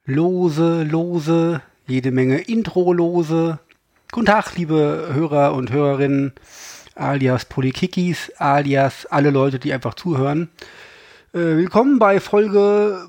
Lose, jede Menge Intro-Lose. Guten Tag, liebe Hörer und Hörerinnen, alias Polykikis, alias alle Leute, die einfach zuhören. Willkommen bei Folge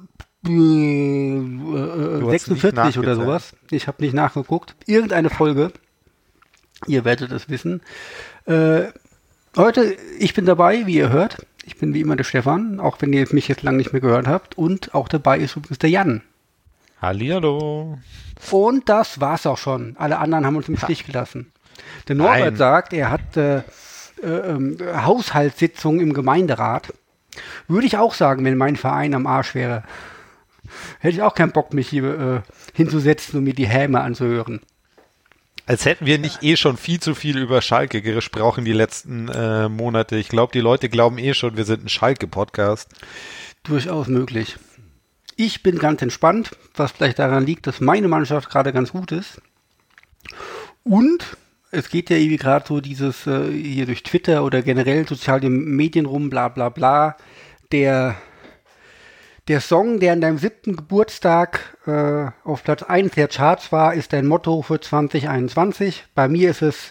46 oder sowas. Ich habe nicht nachgeguckt. Irgendeine Folge. Ihr werdet es wissen. Heute, ich bin dabei, wie ihr hört. Ich bin wie immer der Stefan, auch wenn ihr mich jetzt lange nicht mehr gehört habt. Und auch dabei ist übrigens der Jan. Hallihallo. Und das war's auch schon. Alle anderen haben uns im Stich gelassen. Der Norbert sagt, er hat Haushaltssitzung im Gemeinderat. Würde ich auch sagen, wenn mein Verein am Arsch wäre. Hätte ich auch keinen Bock, mich hier hinzusetzen und mir die Häme anzuhören. Als hätten wir nicht schon viel zu viel über Schalke gesprochen die letzten Monate. Ich glaube, die Leute glauben schon, wir sind ein Schalke-Podcast. Durchaus möglich. Ich bin ganz entspannt, was vielleicht daran liegt, dass meine Mannschaft gerade ganz gut ist. Und es geht ja irgendwie gerade so dieses hier durch Twitter oder generell soziale Medien rum, bla bla bla. Der Song, der an deinem 7. Geburtstag auf Platz 1 der Charts war, ist dein Motto für 2021. Bei mir ist es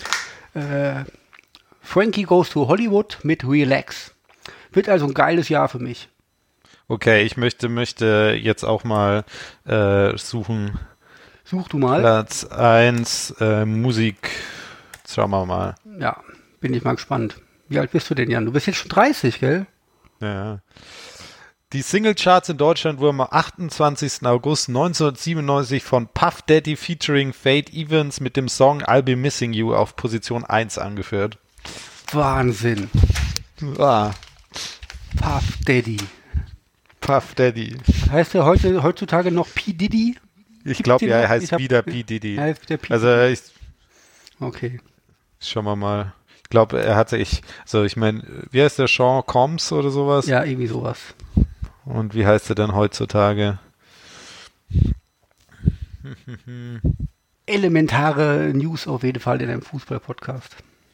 Frankie Goes to Hollywood mit Relax. Wird also ein geiles Jahr für mich. Okay, ich möchte jetzt auch mal suchen. Such du mal. Platz 1 Musik. Schauen wir mal. Ja, bin ich mal gespannt. Wie alt bist du denn, Jan? Du bist jetzt schon 30, gell? Ja. Die Singlecharts in Deutschland wurden am 28. August 1997 von Puff Daddy featuring Fate Evans mit dem Song I'll Be Missing You auf Position 1 angeführt. Wahnsinn. Ah. Puff Daddy. Puff Daddy. Heißt er heutzutage noch P. Diddy? Ich glaube, ja, er heißt wieder P. Diddy. Er heißt wieder P. Also okay. Schauen wir mal. Ich glaube, ich meine, wie heißt der, Sean Combs oder sowas? Ja, irgendwie sowas. Und wie heißt er denn heutzutage? Elementare News auf jeden Fall in einem Fußball-Podcast.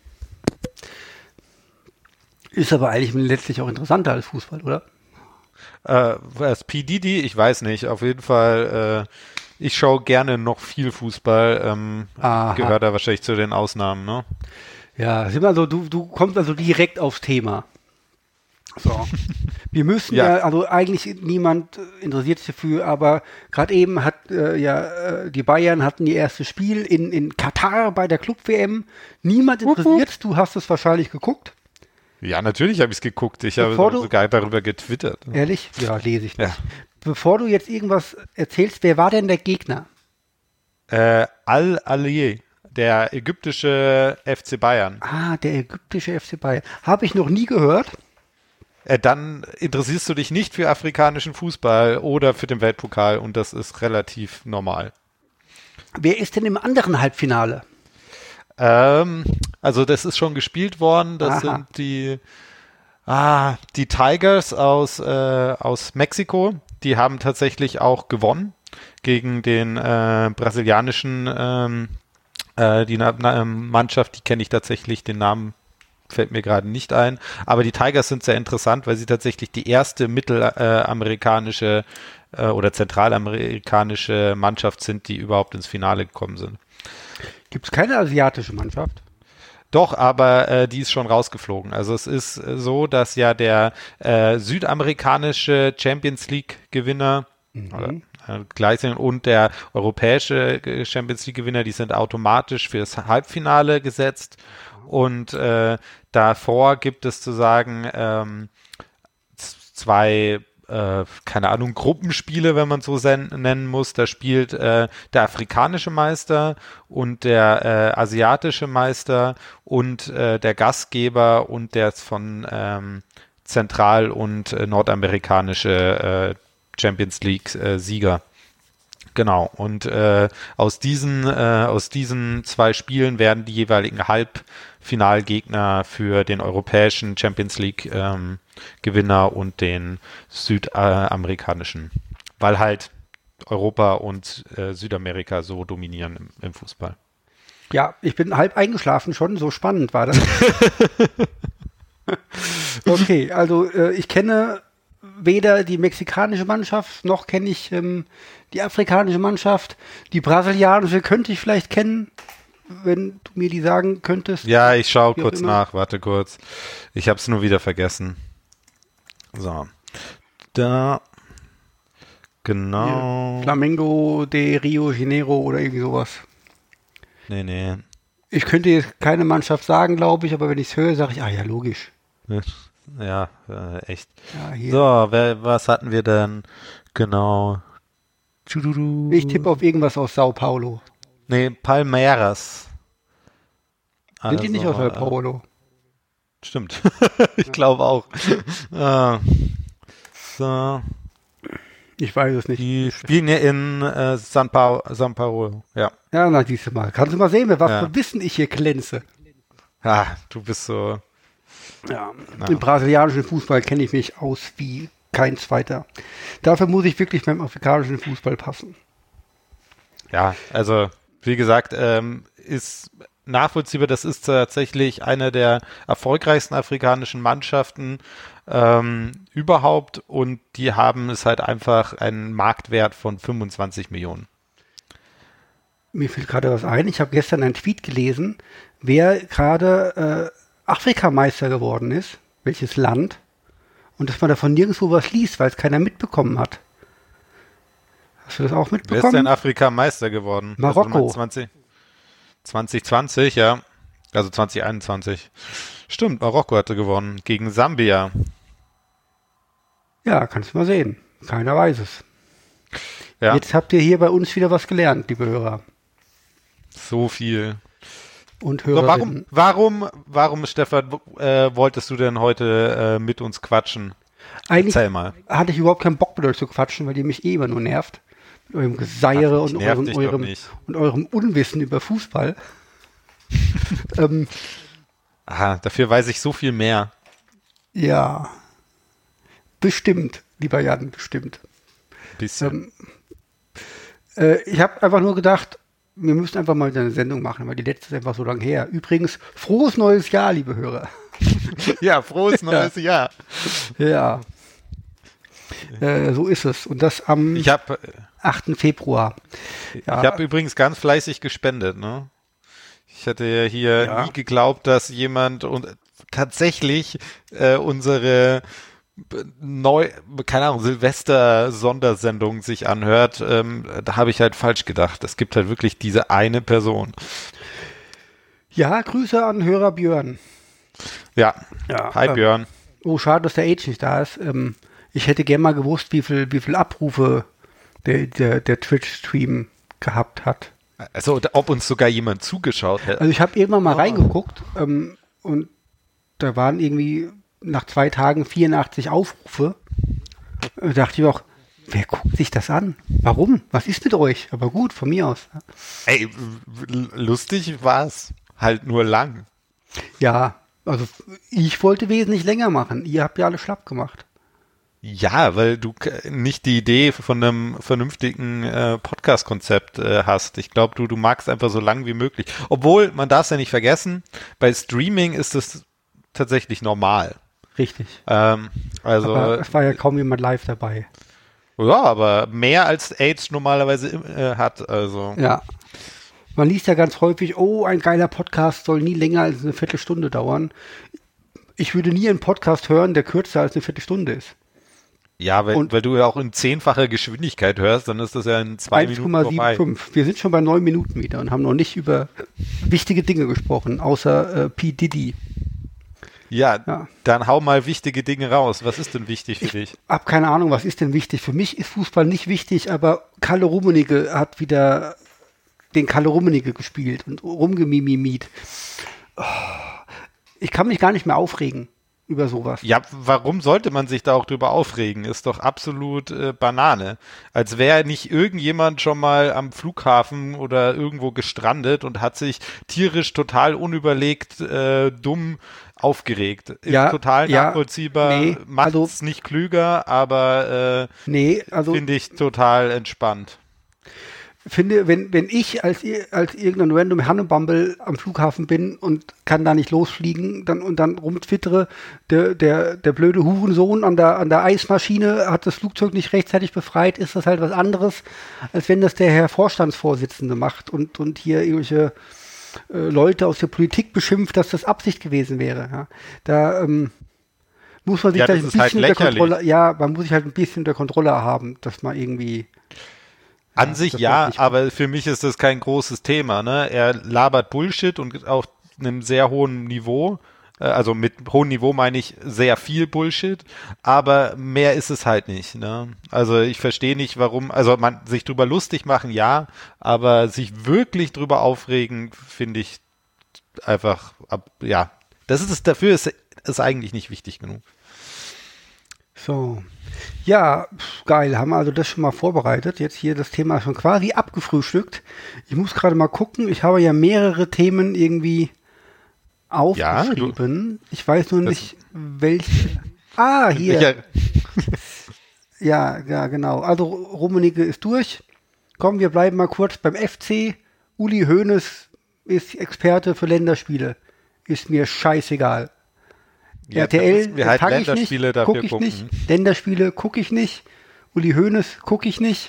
Ist aber eigentlich letztlich auch interessanter als Fußball, oder? Was P. Diddy? Ich weiß nicht. Auf jeden Fall, ich schaue gerne noch viel Fußball. Gehört da wahrscheinlich zu den Ausnahmen, ne? Ja, du kommst also direkt aufs Thema. So. Wir müssen also eigentlich niemand interessiert sich dafür, aber gerade eben hat die Bayern hatten ihr erstes Spiel in Katar bei der Club-WM. Niemand interessiert, du hast es wahrscheinlich geguckt. Ja, natürlich habe ich es geguckt. Ich habe sogar darüber getwittert. Ehrlich? Ja, lese ich nicht. Ja. Bevor du jetzt irgendwas erzählst, wer war denn der Gegner? Al-Ahly, der ägyptische FC Bayern. Ah, der ägyptische FC Bayern. Habe ich noch nie gehört. Dann interessierst du dich nicht für afrikanischen Fußball oder für den Weltpokal und das ist relativ normal. Wer ist denn im anderen Halbfinale? Also das ist schon gespielt worden. Das sind die Tigers aus Mexiko. Die haben tatsächlich auch gewonnen gegen den brasilianischen Mannschaft. Die kenne ich tatsächlich, den Namen fällt mir gerade nicht ein. Aber die Tigers sind sehr interessant, weil sie tatsächlich die erste mittelamerikanische oder zentralamerikanische Mannschaft sind, die überhaupt ins Finale gekommen sind. Gibt es keine asiatische Mannschaft? Doch, aber die ist schon rausgeflogen. Also es ist so, dass ja der südamerikanische Champions League Gewinner und der europäische Champions League Gewinner, die sind automatisch fürs Halbfinale gesetzt. Und davor gibt es sozusagen zwei keine Ahnung, Gruppenspiele, wenn man so nennen muss. Da spielt der afrikanische Meister und der asiatische Meister und der Gastgeber und der von zentral- und nordamerikanische Champions League Sieger. Genau, und aus diesen 2 Spielen werden die jeweiligen Halbfinalgegner für den europäischen Champions League Gewinner und den südamerikanischen, weil halt Europa und Südamerika so dominieren im Fußball. Ja, ich bin halb eingeschlafen schon, so spannend war das. Okay, also ich kenne weder die mexikanische Mannschaft, noch kenne ich die afrikanische Mannschaft. Die brasilianische könnte ich vielleicht kennen, wenn du mir die sagen könntest. Ja, ich schaue kurz nach. Warte kurz. Ich habe es nur wieder vergessen. So. Da. Genau. Hier, Flamengo de Rio Janeiro oder irgendwie sowas. Nee. Ich könnte jetzt keine Mannschaft sagen, glaube ich, aber wenn ich es höre, sage ich, ja, logisch. Ja, echt. Ja, hier. So, was hatten wir denn? Genau. Ich tippe auf irgendwas aus Sao Paulo. Nee, Palmeiras. Sind die nicht aus Sao Paulo? Stimmt. Ich glaube auch. So. Ich weiß es nicht. Die spielen ja in San Paulo. Ja. Ja, na, siehst du mal. Kannst du mal sehen, mit was für Wissen ich hier glänze. Ah, du bist so. Ja, im brasilianischen Fußball kenne ich mich aus wie kein zweiter. Dafür muss ich wirklich beim afrikanischen Fußball passen. Ja, also wie gesagt, ist nachvollziehbar. Das ist tatsächlich eine der erfolgreichsten afrikanischen Mannschaften überhaupt und die haben es halt einfach einen Marktwert von 25 Millionen. Mir fällt gerade was ein. Ich habe gestern einen Tweet gelesen, wer gerade Afrikameister geworden ist, welches Land, und dass man davon nirgendwo was liest, weil es keiner mitbekommen hat. Hast du das auch mitbekommen? Wer ist denn Afrikameister geworden? Marokko. Also 2020, ja. Also 2021. Stimmt, Marokko hatte gewonnen gegen Sambia. Ja, kannst du mal sehen. Keiner weiß es. Ja. Jetzt habt ihr hier bei uns wieder was gelernt, liebe Hörer. So viel. Und Hörerinnen. So, warum, Stefan, wolltest du denn heute mit uns quatschen? Eigentlich Erzähl mal. hatte ich überhaupt keinen Bock mit euch zu quatschen, weil ihr mich immer nur nervt. Mit eurem Geseiere und eurem Unwissen über Fußball. Aha, dafür weiß ich so viel mehr. Ja. Bestimmt, lieber Jan, bestimmt. Bisschen. Ich habe einfach nur gedacht, wir müssen einfach mal eine Sendung machen, weil die letzte ist einfach so lange her. Übrigens, frohes neues Jahr, liebe Hörer. Ja, frohes neues Jahr. Ja. So ist es. Und das am 8. Februar. Ja. Ich habe übrigens ganz fleißig gespendet, ne? Ich hätte ja hier nie geglaubt, dass jemand tatsächlich unsere keine Ahnung, Silvester-Sondersendung sich anhört. Da habe ich halt falsch gedacht. Es gibt halt wirklich diese eine Person. Ja, Grüße an Hörer Björn. Ja. Hi Björn. Oh, schade, dass der Age nicht da ist. Ich hätte gern mal gewusst, wie viel Abrufe der Twitch-Stream gehabt hat. Also, ob uns sogar jemand zugeschaut hat. Also ich habe irgendwann mal reingeguckt und da waren irgendwie nach 2 Tagen 84 Aufrufe. Da dachte ich auch, wer guckt sich das an? Warum? Was ist mit euch? Aber gut, von mir aus. Ey, lustig war's. Halt nur lang. Ja, also ich wollte wesentlich länger machen. Ihr habt ja alle schlapp gemacht. Ja, weil du nicht die Idee von einem vernünftigen Podcast-Konzept hast. Ich glaube, du magst einfach so lang wie möglich. Obwohl, man darf es ja nicht vergessen, bei Streaming ist es tatsächlich normal. Richtig. Aber es war ja kaum jemand live dabei. Ja, aber mehr als AIDS normalerweise hat. Also. Ja. Man liest ja ganz häufig, oh, ein geiler Podcast soll nie länger als eine Viertelstunde dauern. Ich würde nie einen Podcast hören, der kürzer als eine Viertelstunde ist. Ja, weil du ja auch in 10-facher Geschwindigkeit hörst, dann ist das ja in 2 Minuten vorbei. 1,75. Wir sind schon bei 9 Minuten wieder und haben noch nicht über wichtige Dinge gesprochen, außer P. Diddy. Ja, dann hau mal wichtige Dinge raus. Was ist denn wichtig für dich? Ich habe keine Ahnung, was ist denn wichtig. Für mich ist Fußball nicht wichtig, aber Kalle Rummenigge hat wieder den Kalle Rummenigge gespielt und rumgemimimiet. Ich kann mich gar nicht mehr aufregen über sowas. Ja, warum sollte man sich da auch drüber aufregen? Ist doch absolut Banane. Als wäre nicht irgendjemand schon mal am Flughafen oder irgendwo gestrandet und hat sich tierisch total unüberlegt dumm aufgeregt. Ist total nachvollziehbar, nee, macht es nicht klüger, aber finde ich total entspannt. finde, wenn ich als irgendein random Hannebumble am Flughafen bin und kann da nicht losfliegen und dann rumtwittere, der blöde Hurensohn an der Eismaschine hat das Flugzeug nicht rechtzeitig befreit, ist das halt was anderes, als wenn das der Herr Vorstandsvorsitzende macht und hier irgendwelche Leute aus der Politik beschimpft, dass das Absicht gewesen wäre. Ja. Da muss man sich Ja, da das ein ist halt bisschen unter lächerlich. Kontrolle, man muss sich halt ein bisschen unter Kontrolle haben, dass man irgendwie An sich das ja, läuft nicht aber für mich ist das kein großes Thema. Ne? Er labert Bullshit und auf einem sehr hohen Niveau. Also mit hohem Niveau meine ich sehr viel Bullshit, aber mehr ist es halt nicht. Ne? Also ich verstehe nicht, warum, also man sich drüber lustig machen, ja, aber sich wirklich drüber aufregen, finde ich einfach, ja, das ist es, dafür ist eigentlich nicht wichtig genug. So. Ja, geil, haben wir also das schon mal vorbereitet. Jetzt hier das Thema schon quasi abgefrühstückt. Ich muss gerade mal gucken. Ich habe ja mehrere Themen irgendwie aufgeschrieben. Ich weiß nur nicht, welche. Ah, hier. Ja, genau. Also Rummenigge ist durch. Komm, wir bleiben mal kurz beim FC. Uli Hoeneß ist Experte für Länderspiele. Ist mir scheißegal. Ja, RTL wir halt packe ich Länderspiele nicht, dafür gucke ich gucken. nicht. Länderspiele gucke ich nicht. Uli Hoeneß gucke ich nicht.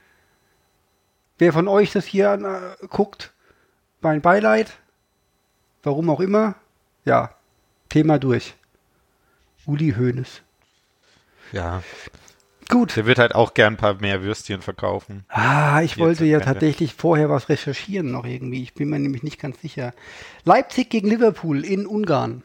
Wer von euch das hier guckt, mein Beileid. Warum auch immer. Ja, Thema durch. Uli Hoeneß. Ja, Gut. der wird halt auch gern ein paar mehr Würstchen verkaufen. Ich wollte ja tatsächlich vorher was recherchieren noch irgendwie. Ich bin mir nämlich nicht ganz sicher. Leipzig gegen Liverpool in Ungarn.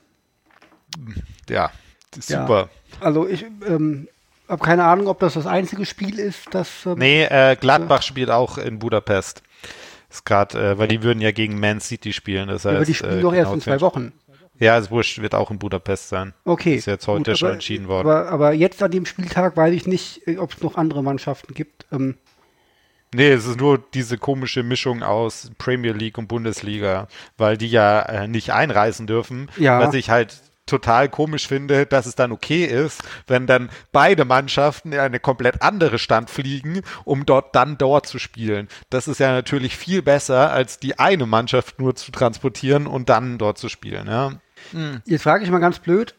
Ja, super. Ja, also ich habe keine Ahnung, ob das einzige Spiel ist, das... Nee, Gladbach spielt auch in Budapest. Ist gerade, weil die würden ja gegen Man City spielen. Das heißt, aber die spielen doch erst in 2 Wochen. Ja, ist wurscht, wird auch in Budapest sein. Okay. Ist jetzt heute gut, schon entschieden worden. Aber jetzt an dem Spieltag weiß ich nicht, ob es noch andere Mannschaften gibt. Nee, es ist nur diese komische Mischung aus Premier League und Bundesliga, weil die ja nicht einreisen dürfen. Ja. Was ich halt total komisch finde, dass es dann okay ist, wenn dann beide Mannschaften in eine komplett andere Stadt fliegen, um dort zu spielen. Das ist ja natürlich viel besser, als die eine Mannschaft nur zu transportieren und dann dort zu spielen. Ja. Jetzt frage ich mal ganz blöd,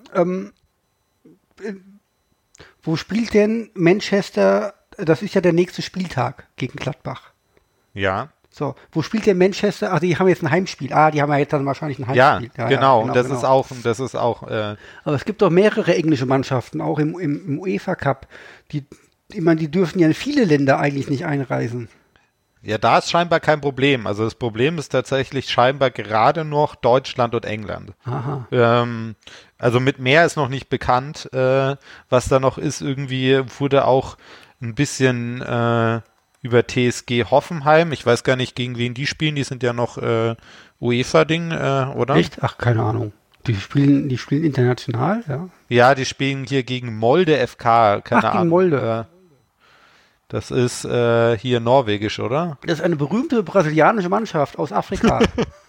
wo spielt denn Manchester, das ist ja der nächste Spieltag gegen Gladbach. Ja. So, wo spielt denn Manchester? Ach, die haben jetzt ein Heimspiel. Die haben ja jetzt dann wahrscheinlich ein Heimspiel. Ja, genau. Und das ist auch. Aber es gibt doch mehrere englische Mannschaften, auch im UEFA Cup. Die dürfen ja in viele Länder eigentlich nicht einreisen. Ja, da ist scheinbar kein Problem. Also das Problem ist tatsächlich scheinbar gerade noch Deutschland und England. Aha. Also mit mehr ist noch nicht bekannt, was da noch ist. Irgendwie wurde auch ein bisschen über TSG Hoffenheim. Ich weiß gar nicht, gegen wen die spielen. Die sind ja noch UEFA-Ding, oder? Echt? Ach, keine Ahnung. Die spielen international, ja? Ja, die spielen hier gegen Molde FK. Keine Ahnung. Gegen Molde. Das ist hier norwegisch, oder? Das ist eine berühmte brasilianische Mannschaft aus Afrika.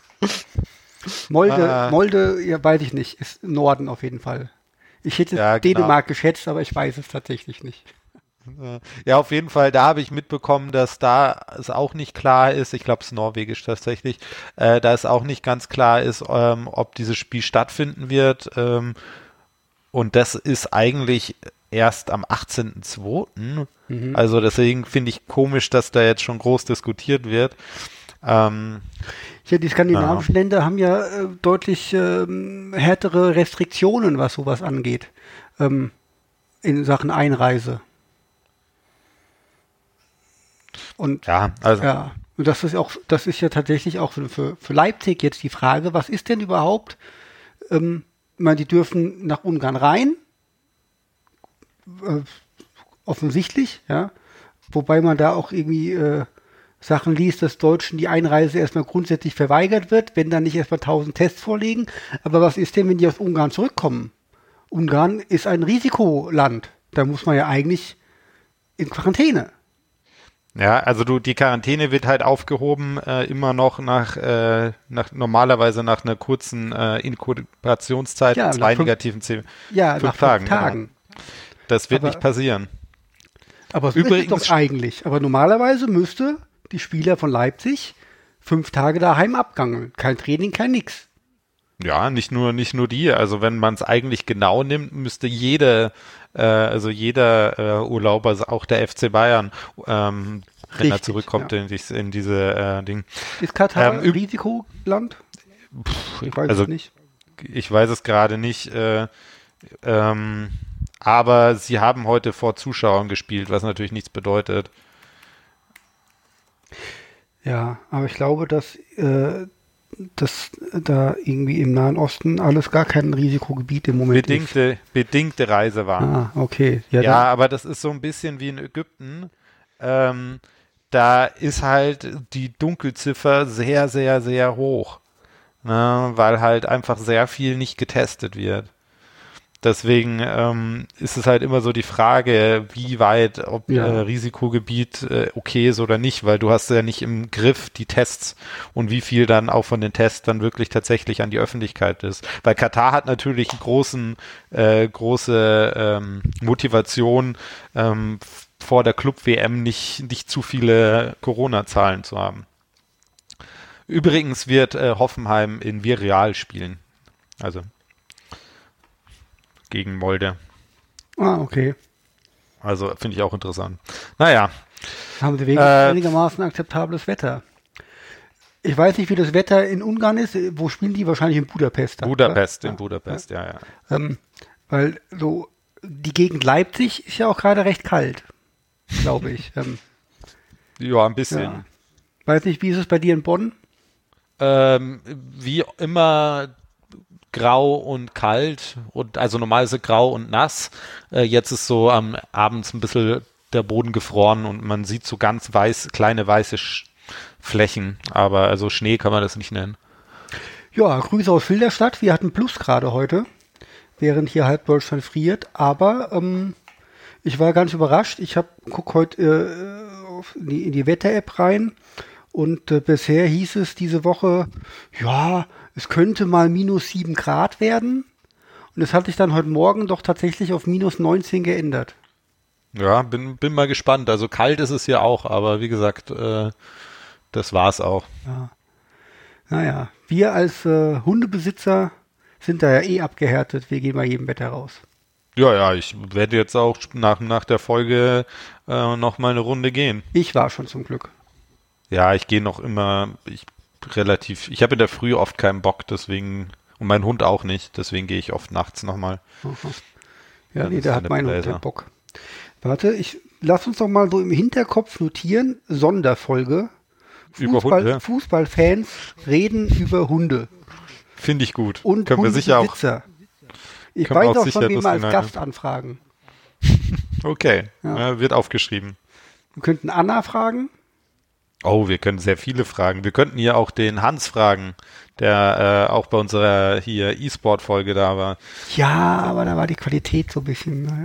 Molde, ja, weiß ich nicht. Ist im Norden auf jeden Fall. Ich hätte Dänemark geschätzt, aber ich weiß es tatsächlich nicht. Ja, auf jeden Fall, da habe ich mitbekommen, dass da es auch nicht klar ist, ich glaube es ist norwegisch tatsächlich, da es auch nicht ganz klar ist, ob dieses Spiel stattfinden wird, und das ist eigentlich erst am 18.02. Also deswegen finde ich komisch, dass da jetzt schon groß diskutiert wird. Ja, die skandinavischen Länder haben ja deutlich härtere Restriktionen, was sowas angeht, in Sachen Einreise. Und und das ist ja tatsächlich auch für Leipzig jetzt die Frage, was ist denn überhaupt, die dürfen nach Ungarn rein, offensichtlich, ja, wobei man da auch irgendwie Sachen liest, dass Deutschen die Einreise erstmal grundsätzlich verweigert wird, wenn dann nicht erstmal 1000 Tests vorliegen. Aber was ist denn, wenn die aus Ungarn zurückkommen? Ungarn ist ein Risikoland. Da muss man ja eigentlich in Quarantäne. Ja, also die Quarantäne wird halt aufgehoben, immer noch normalerweise nach einer kurzen Inkubationszeit, 2 negativen 5 Tagen. Genau. Das wird nicht passieren. Aber es ist doch eigentlich. Aber normalerweise müsste die Spieler von Leipzig 5 Tage daheim abgangen. Kein Training, kein nix. Ja, nicht nur die. Also wenn man es eigentlich genau nimmt, müsste jeder Urlauber, also auch der FC Bayern, wenn er zurückkommt in diese Ding. Ist Katar Risikoland? Ich weiß es nicht. Ich weiß es gerade nicht. Aber sie haben heute vor Zuschauern gespielt, was natürlich nichts bedeutet. Ja, aber ich glaube, dass da irgendwie im Nahen Osten alles gar kein Risikogebiet im Moment ist. Bedingte Reise war. Ah, okay. Ja, aber das ist so ein bisschen wie in Ägypten. Da ist halt die Dunkelziffer sehr, sehr, sehr hoch. Ne, weil halt einfach sehr viel nicht getestet wird. Deswegen ist es halt immer so die Frage, wie weit, ob Risikogebiet okay ist oder nicht, weil du hast ja nicht im Griff die Tests und wie viel dann auch von den Tests dann wirklich tatsächlich an die Öffentlichkeit ist. Weil Katar hat natürlich große Motivation, vor der Club-WM nicht zu viele Corona-Zahlen zu haben. Übrigens wird Hoffenheim in Villarreal spielen. Also gegen Molde. Ah, okay. Also finde ich auch interessant. Naja. Haben sie einigermaßen akzeptables Wetter. Ich weiß nicht, wie das Wetter in Ungarn ist. Wo spielen die? Wahrscheinlich in Budapest. In Budapest, ja. Weil so die Gegend Leipzig ist ja auch gerade recht kalt, glaube ich. Ja, ein bisschen. Ja. Weiß nicht, wie ist es bei dir in Bonn? Wie immer grau und kalt und also normal ist es grau und nass. Jetzt ist so am abends ein bisschen der Boden gefroren und man sieht so ganz kleine weiße Flächen, aber also Schnee kann man das nicht nennen. Ja, Grüße aus Filderstadt. Wir hatten Plusgrade heute, während hier halb Deutschland friert, aber ich war ganz überrascht. Ich gucke heute in die Wetter-App rein und bisher hieß es diese Woche, ja, es könnte mal -7 Grad werden. Und es hat sich dann heute Morgen doch tatsächlich auf -19 geändert. Ja, bin mal gespannt. Also kalt ist es hier auch, aber wie gesagt, das war's auch. Ja. Naja, wir als Hundebesitzer sind da ja eh abgehärtet. Wir gehen bei jedem Wetter raus. Ja, ich werde jetzt auch nach der Folge noch mal eine Runde gehen. Ich war schon zum Glück. Ja, ich gehe noch immer, ich habe in der Früh oft keinen Bock, deswegen, und mein Hund auch nicht, deswegen gehe ich oft nachts nochmal. Ja, nee, da hat mein Hund den Bock. Warte, lass uns doch mal so im Hinterkopf notieren, Sonderfolge. Über Hunde? Fußballfans reden über Hunde. Finde ich gut. Und können wir sicher auch. Ich weiß auch schon, wen wir als Gast anfragen. Okay, ja. Wird aufgeschrieben. Wir könnten Anna fragen. Oh, wir können sehr viele fragen. Wir könnten hier auch den Hans fragen, der auch bei unserer hier E-Sport-Folge da war. Ja, aber da war die Qualität so ein bisschen, naja.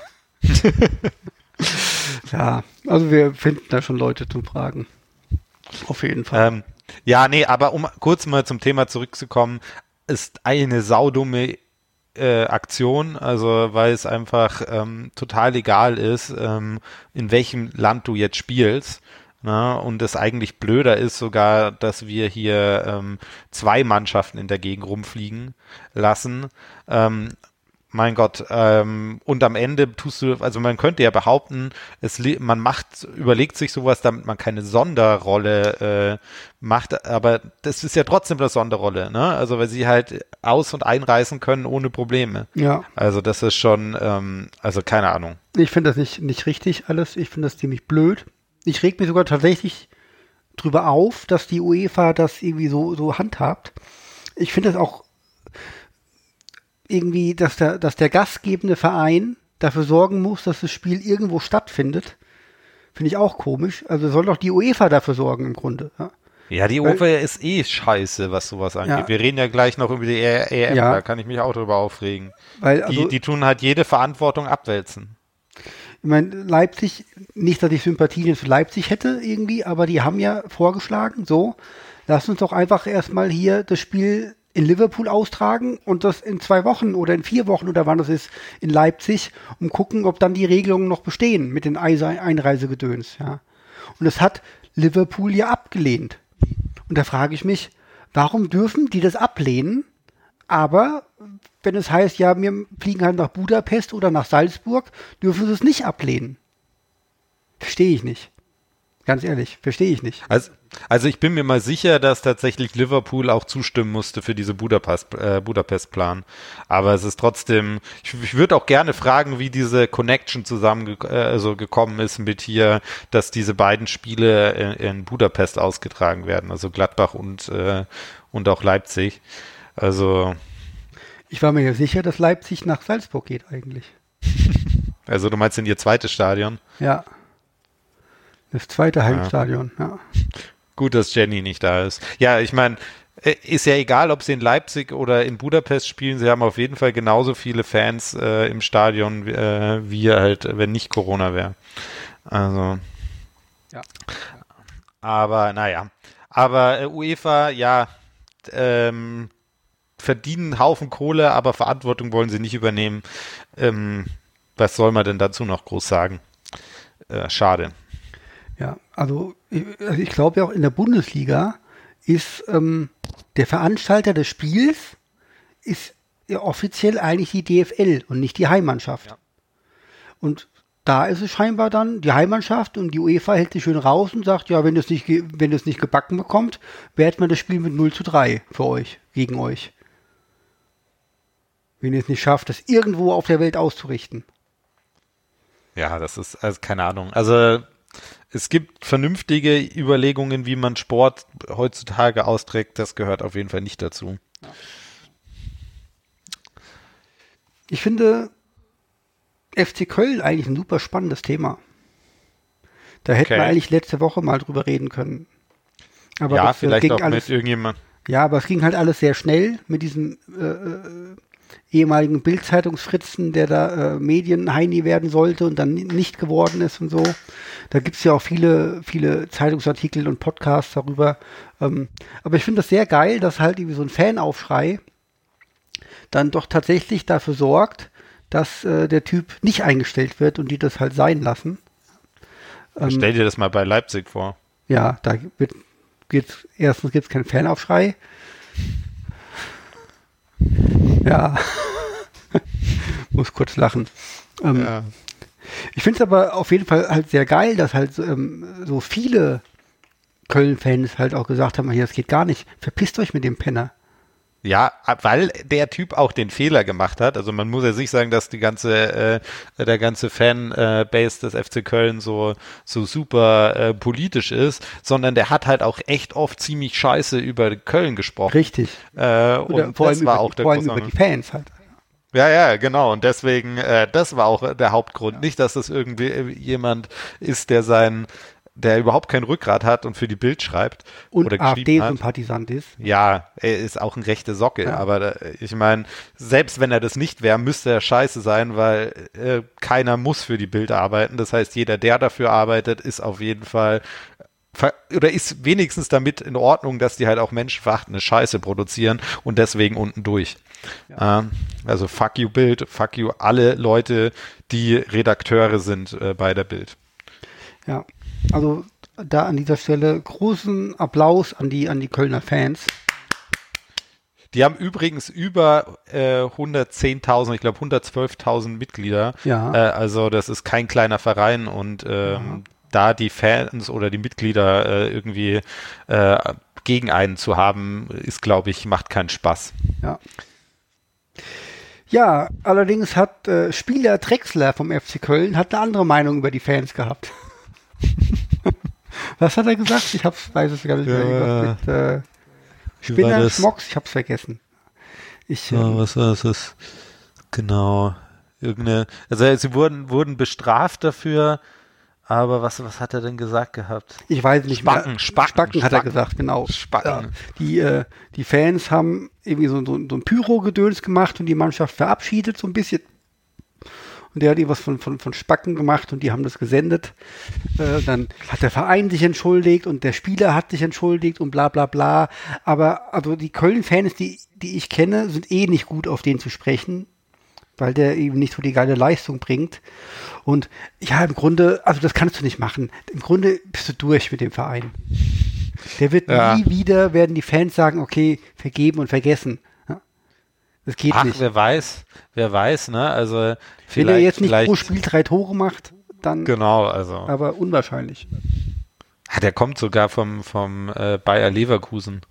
Ja, also wir finden da schon Leute zum Fragen. Auf jeden Fall. Ja, nee, aber um kurz mal zum Thema zurückzukommen, ist eine saudumme Aktion, also weil es einfach total egal ist, in welchem Land du jetzt spielst. Na, und es eigentlich blöder ist sogar, dass wir hier 2 Mannschaften in der Gegend rumfliegen lassen. Mein Gott, und am Ende also man könnte ja behaupten, man überlegt sich sowas, damit man keine Sonderrolle macht, aber das ist ja trotzdem eine Sonderrolle, ne? Also weil sie halt aus- und einreisen können ohne Probleme. Ja. Also das ist schon, also keine Ahnung. Ich finde das nicht richtig alles, ich finde das ziemlich blöd. Ich reg mich sogar tatsächlich drüber auf, dass die UEFA das irgendwie so handhabt. Ich finde das auch irgendwie, dass der gastgebende Verein dafür sorgen muss, dass das Spiel irgendwo stattfindet. Finde ich auch komisch. Also soll doch die UEFA dafür sorgen im Grunde. Ja, die UEFA ist eh scheiße, was sowas angeht. Ja. Wir reden ja gleich noch über die EM, da kann ich mich auch drüber aufregen. Weil, also, die tun halt jede Verantwortung abwälzen. Ich meine, Leipzig, nicht, dass ich Sympathien für Leipzig hätte irgendwie, aber die haben ja vorgeschlagen, so, lass uns doch einfach erstmal hier das Spiel in Liverpool austragen und das in 2 Wochen oder in 4 Wochen oder wann das ist in Leipzig, um gucken, ob dann die Regelungen noch bestehen mit den Einreisegedöns, ja. Und es hat Liverpool ja abgelehnt. Und da frage ich mich, warum dürfen die das ablehnen, aber wenn es heißt, ja, wir fliegen halt nach Budapest oder nach Salzburg, dürfen sie es nicht ablehnen. Verstehe ich nicht. Ganz ehrlich, verstehe ich nicht. Also ich bin mir mal sicher, dass tatsächlich Liverpool auch zustimmen musste für diese Budapest-Plan. Aber es ist trotzdem, ich würde auch gerne fragen, wie diese Connection gekommen ist mit hier, dass diese beiden Spiele in Budapest ausgetragen werden, also Gladbach und auch Leipzig. Also ich war mir ja sicher, dass Leipzig nach Salzburg geht eigentlich. Also du meinst in ihr zweites Stadion? Ja. Das zweite Heimstadion, ja. Gut, dass Jenny nicht da ist. Ja, ich meine, ist ja egal, ob sie in Leipzig oder in Budapest spielen, sie haben auf jeden Fall genauso viele Fans im Stadion, wie halt, wenn nicht Corona wäre. Also. Ja. Aber, naja. Aber UEFA, ja, verdienen einen Haufen Kohle, aber Verantwortung wollen sie nicht übernehmen. Was soll man denn dazu noch groß sagen? Schade. Ja, also ich glaube ja auch in der Bundesliga ist der Veranstalter des Spiels ist ja offiziell eigentlich die DFL und nicht die Heimmannschaft. Ja. Und da ist es scheinbar dann die Heimmannschaft und die UEFA hält sich schön raus und sagt, ja, wenn das nicht gebacken bekommt, wertet man das Spiel mit 0:3 für euch, gegen euch. Wenn ihr es nicht schafft, das irgendwo auf der Welt auszurichten. Ja, das ist, also keine Ahnung. Also es gibt vernünftige Überlegungen, wie man Sport heutzutage austrägt. Das gehört auf jeden Fall nicht dazu. Ja. Ich finde FC Köln eigentlich ein super spannendes Thema. Da hätten wir eigentlich letzte Woche mal drüber reden können. Aber ja, das, vielleicht ging auch alles, mit irgendjemand. Ja, aber es ging halt alles sehr schnell mit diesem ehemaligen Bild-Zeitungsfritzen, der da Medienheini werden sollte und dann nicht geworden ist und so. Da gibt es ja auch viele Zeitungsartikel und Podcasts darüber. Aber ich finde das sehr geil, dass halt irgendwie so ein Fanaufschrei dann doch tatsächlich dafür sorgt, dass der Typ nicht eingestellt wird und die das halt sein lassen. Stell dir das mal bei Leipzig vor. Ja, da erstens gibt es keinen Fanaufschrei. Ja, muss kurz lachen. Ja. Ich finde es aber auf jeden Fall halt sehr geil, dass halt so viele Köln-Fans halt auch gesagt haben, hier, das geht gar nicht, verpisst euch mit dem Penner. Ja, weil der Typ auch den Fehler gemacht hat. Also man muss ja nicht sagen, dass der ganze Fanbase des FC Köln so super politisch ist, sondern der hat halt auch echt oft ziemlich scheiße über Köln gesprochen. Richtig. Und vor allem über die Fans halt. Ja, genau. Und deswegen, das war auch der Hauptgrund. Ja. Nicht, dass das irgendwie jemand ist, der überhaupt kein Rückgrat hat und für die Bild schreibt und oder AfD-Sympathisant ist. Ja, er ist auch ein rechte Socke, ja. Aber ich meine, selbst wenn er das nicht wäre, müsste er scheiße sein, weil keiner muss für die Bild arbeiten. Das heißt, jeder, der dafür arbeitet, ist auf jeden Fall oder ist wenigstens damit in Ordnung, dass die halt auch menschenverachtende Scheiße produzieren und deswegen unten durch. Ja. Also fuck you Bild, fuck you alle Leute, die Redakteure sind bei der Bild. Ja. Also da an dieser Stelle großen Applaus an die Kölner Fans. Die haben übrigens über 110.000, ich glaube 112.000 Mitglieder. Ja. Also das ist kein kleiner Verein und da die Fans oder die Mitglieder irgendwie gegen einen zu haben, ist, glaube ich, macht keinen Spaß. Ja. Ja, allerdings hat Spieler Drexler vom FC Köln hat eine andere Meinung über die Fans gehabt. Was hat er gesagt? Ich weiß es gar nicht mehr. Mit Spinner, Schmocks, ich hab's vergessen. Was war das? Genau. Also sie wurden bestraft dafür, aber was hat er denn gesagt gehabt? Ich weiß nicht mehr. Spacken hat er gesagt, genau. Spacken. Ja, die Fans haben irgendwie so ein Pyro-Gedöns gemacht und die Mannschaft verabschiedet so ein bisschen. Und der hat irgendwas von Spacken gemacht und die haben das gesendet. Dann hat der Verein sich entschuldigt und der Spieler hat sich entschuldigt und bla bla bla. Aber also die Köln-Fans, die ich kenne, sind nicht gut auf den zu sprechen, weil der eben nicht so die geile Leistung bringt. Und ja, im Grunde, also das kannst du nicht machen. Im Grunde bist du durch mit dem Verein. Der wird nie wieder, werden die Fans sagen, okay, vergeben und vergessen. Ja, das geht nicht. Wer weiß, ne? Also wenn er jetzt nicht pro Spiel 3 Tore macht, dann. Genau, also. Aber unwahrscheinlich. Der kommt sogar vom Bayer Leverkusen.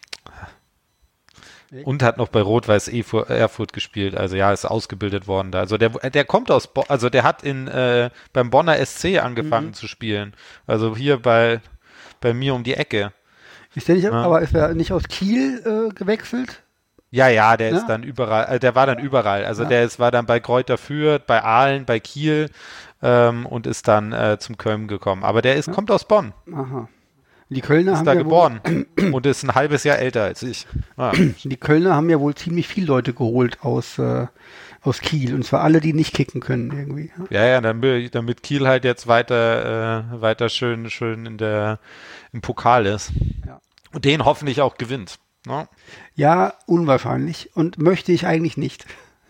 Und hat noch bei Rot-Weiß Erfurt gespielt. Also ja, ist ausgebildet worden da. Also der kommt aus also der hat beim Bonner SC angefangen zu spielen. Also hier bei mir um die Ecke. Ist der nicht, aber ist er nicht aus Kiel gewechselt? Ja, der ist dann überall, der war dann überall. Also der war dann bei Greuther Fürth, bei Aalen, bei Kiel und ist dann zum Köln gekommen. Aber der kommt aus Bonn. Aha. Die Kölner ist haben da geboren und ist ein halbes Jahr älter als ich. Ah. Die Kölner haben ja wohl ziemlich viele Leute geholt aus Kiel. Und zwar alle, die nicht kicken können irgendwie. Ja, damit Kiel halt jetzt weiter schön im Pokal ist. Ja. Und den hoffentlich auch gewinnt. No? Ja, unwahrscheinlich. Und möchte ich eigentlich nicht.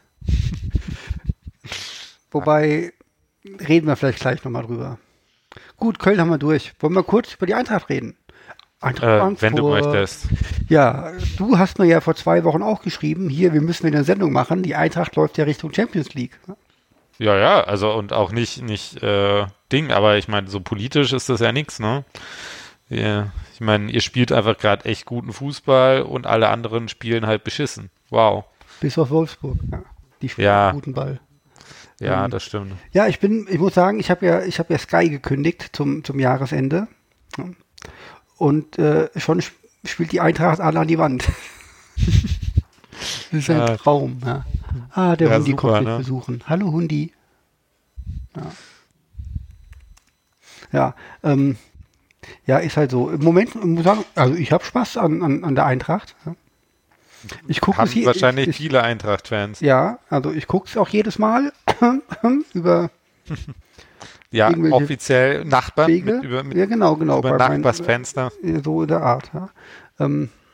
Wobei, reden wir vielleicht gleich nochmal drüber. Gut, Köln haben wir durch. Wollen wir kurz über die Eintracht reden? Wenn du möchtest. Ja, du hast mir ja vor 2 Wochen auch geschrieben, hier, wir müssen wieder eine Sendung machen. Die Eintracht läuft ja Richtung Champions League. Ja, also und auch nicht Ding, aber ich meine, so politisch ist das ja nichts, ne? Ja, ich meine, ihr spielt einfach gerade echt guten Fußball und alle anderen spielen halt beschissen. Wow. Bis auf Wolfsburg, ja. Die spielen guten Ball. Ja, das stimmt. Ja, ich muss sagen, ich habe ja Sky gekündigt zum Jahresende. Und schon spielt die Eintracht alle an die Wand. Das ist ein Traum. Ja. Der Hundi super, kommt mit besuchen. Hallo Hundi. Ja, ist halt so. Im Moment, ich muss sagen, also ich habe Spaß an der Eintracht. Ja. Ich gucke es wahrscheinlich viele Eintracht-Fans. Ja, also ich gucke es auch jedes Mal über ja, offiziell Nachbarn ja, genau, über Nachbarsfenster. So in der Art. Ja.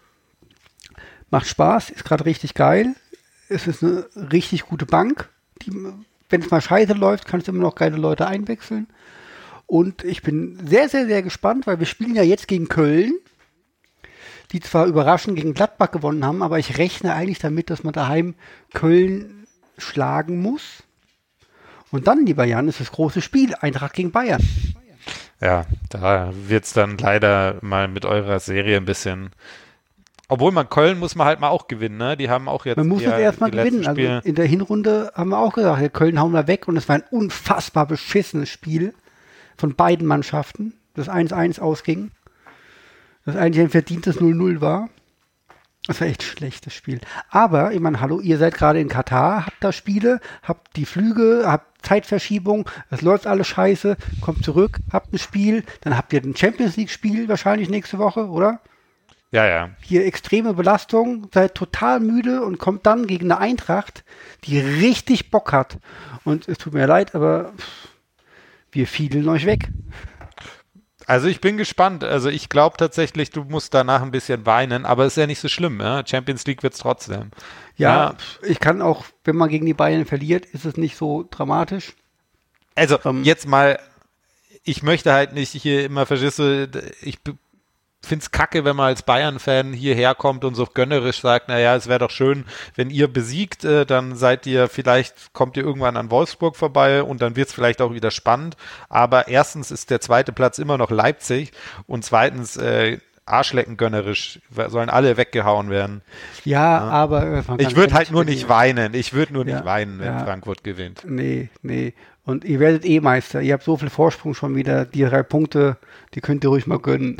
Macht Spaß, ist gerade richtig geil. Es ist eine richtig gute Bank. Wenn es mal scheiße läuft, kannst du immer noch geile Leute einwechseln. Und ich bin sehr, sehr, sehr gespannt, weil wir spielen ja jetzt gegen Köln, die zwar überraschend gegen Gladbach gewonnen haben, aber ich rechne eigentlich damit, dass man daheim Köln schlagen muss. Und dann, lieber Jan, ist das große Spiel, Eintracht gegen Bayern. Ja, da wird es dann leider mal mit eurer Serie ein bisschen... Obwohl Köln muss man halt mal auch gewinnen, ne? Die haben auch jetzt... Man muss es erstmal gewinnen. Also in der Hinrunde haben wir auch gesagt, ja, Köln hauen wir weg und es war ein unfassbar beschissenes Spiel von beiden Mannschaften, das 1-1 ausging. Das eigentlich ein verdientes 0-0 war. Das war echt ein schlechtes Spiel. Aber, ich meine, hallo, ihr seid gerade in Katar, habt da Spiele, habt die Flüge, habt Zeitverschiebung, es läuft alles scheiße, kommt zurück, habt ein Spiel, dann habt ihr ein Champions-League-Spiel wahrscheinlich nächste Woche, oder? Ja. Hier extreme Belastung, seid total müde und kommt dann gegen eine Eintracht, die richtig Bock hat. Und es tut mir leid, aber wir fiedeln euch weg. Also ich bin gespannt. Also ich glaube tatsächlich, du musst danach ein bisschen weinen, aber ist ja nicht so schlimm. Ja? Champions League wird es trotzdem. Ja, ich kann auch, wenn man gegen die Bayern verliert, ist es nicht so dramatisch. Also jetzt mal, ich möchte halt nicht hier immer, verstehst du, ich finde es kacke, wenn man als Bayern-Fan hierher kommt und so gönnerisch sagt, naja, es wäre doch schön, wenn ihr besiegt, dann kommt ihr irgendwann an Wolfsburg vorbei und dann wird es vielleicht auch wieder spannend. Aber erstens ist der zweite Platz immer noch Leipzig und zweitens Arschlecken gönnerisch, sollen alle weggehauen werden. Ja, aber... Ich würde halt nur nicht weinen. Ich würde nur nicht weinen, wenn Frankfurt gewinnt. Nee. Und ihr werdet Meister. Ihr habt so viel Vorsprung schon wieder. Die 3 Punkte, die könnt ihr ruhig mal gönnen.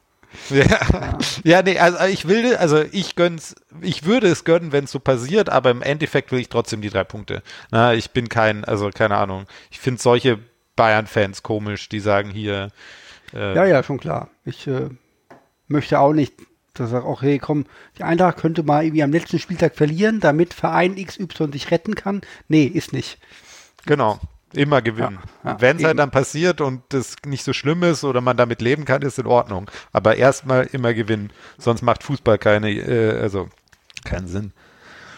Ja, nee, ich würde es gönnen, wenn es so passiert, aber im Endeffekt will ich trotzdem die 3 Punkte. Na, ich bin keine Ahnung. Ich finde solche Bayern-Fans komisch, die sagen hier. Ja, schon klar. Ich möchte auch nicht, dass er auch, hey, komm, die Eintracht könnte mal irgendwie am letzten Spieltag verlieren, damit Verein XY sich retten kann. Nee, ist nicht. Genau. Immer gewinnen. Ja, wenn es halt dann passiert und das nicht so schlimm ist oder man damit leben kann, ist in Ordnung. Aber erstmal immer gewinnen. Sonst macht Fußball keinen Sinn.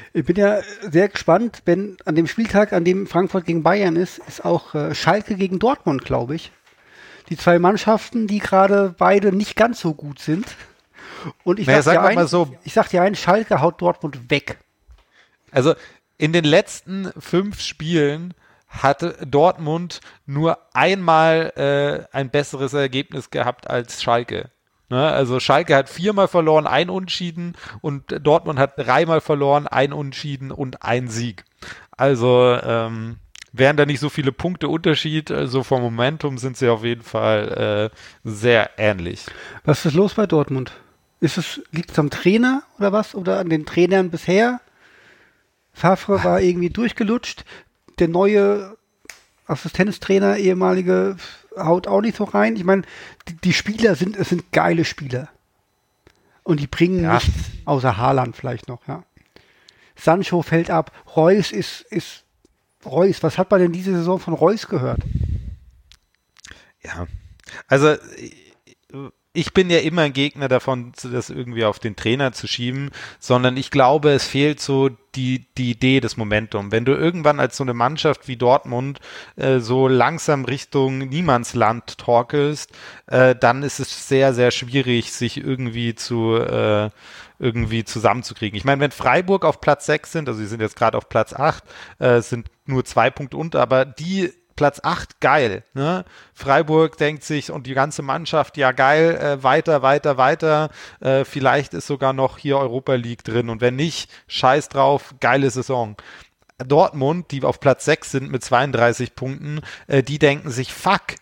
Ich bin ja sehr gespannt, wenn an dem Spieltag, an dem Frankfurt gegen Bayern ist auch Schalke gegen Dortmund, glaube ich. Die zwei Mannschaften, die gerade beide nicht ganz so gut sind. Und ich sag dir eins, Schalke haut Dortmund weg. Also in den letzten 5 Spielen hatte Dortmund nur einmal ein besseres Ergebnis gehabt als Schalke. Ne? Also Schalke hat 4-mal verloren, 1 Unentschieden und Dortmund hat 3-mal verloren, 1 Unentschieden und 1 Sieg. Also wären da nicht so viele Punkte Unterschied, also vom Momentum sind sie auf jeden Fall sehr ähnlich. Was ist los bei Dortmund? Liegt es am Trainer oder was? Oder an den Trainern bisher? Favre war irgendwie durchgelutscht. Der neue Assistenztrainer, ehemalige, haut auch nicht so rein. Ich meine, die Spieler sind geile Spieler. Und die bringen nichts, außer Haaland vielleicht noch, ja. Sancho fällt ab. Reus ist Reus. Was hat man denn diese Saison von Reus gehört? Ja, also ich bin ja immer ein Gegner davon, das irgendwie auf den Trainer zu schieben, sondern ich glaube, es fehlt so die Idee, das Momentum. Wenn du irgendwann als so eine Mannschaft wie Dortmund so langsam Richtung Niemandsland torkelst, dann ist es sehr, sehr schwierig, sich irgendwie zusammenzukriegen. Ich meine, wenn Freiburg auf Platz 6 sind, also sie sind jetzt gerade auf Platz 8, sind nur 2 Punkte unter, aber die Platz 8, geil. Ne? Freiburg denkt sich und die ganze Mannschaft, ja geil, weiter. Vielleicht ist sogar noch hier Europa League drin und wenn nicht, scheiß drauf, geile Saison. Dortmund, die auf Platz 6 sind mit 32 Punkten, die denken sich, fuck,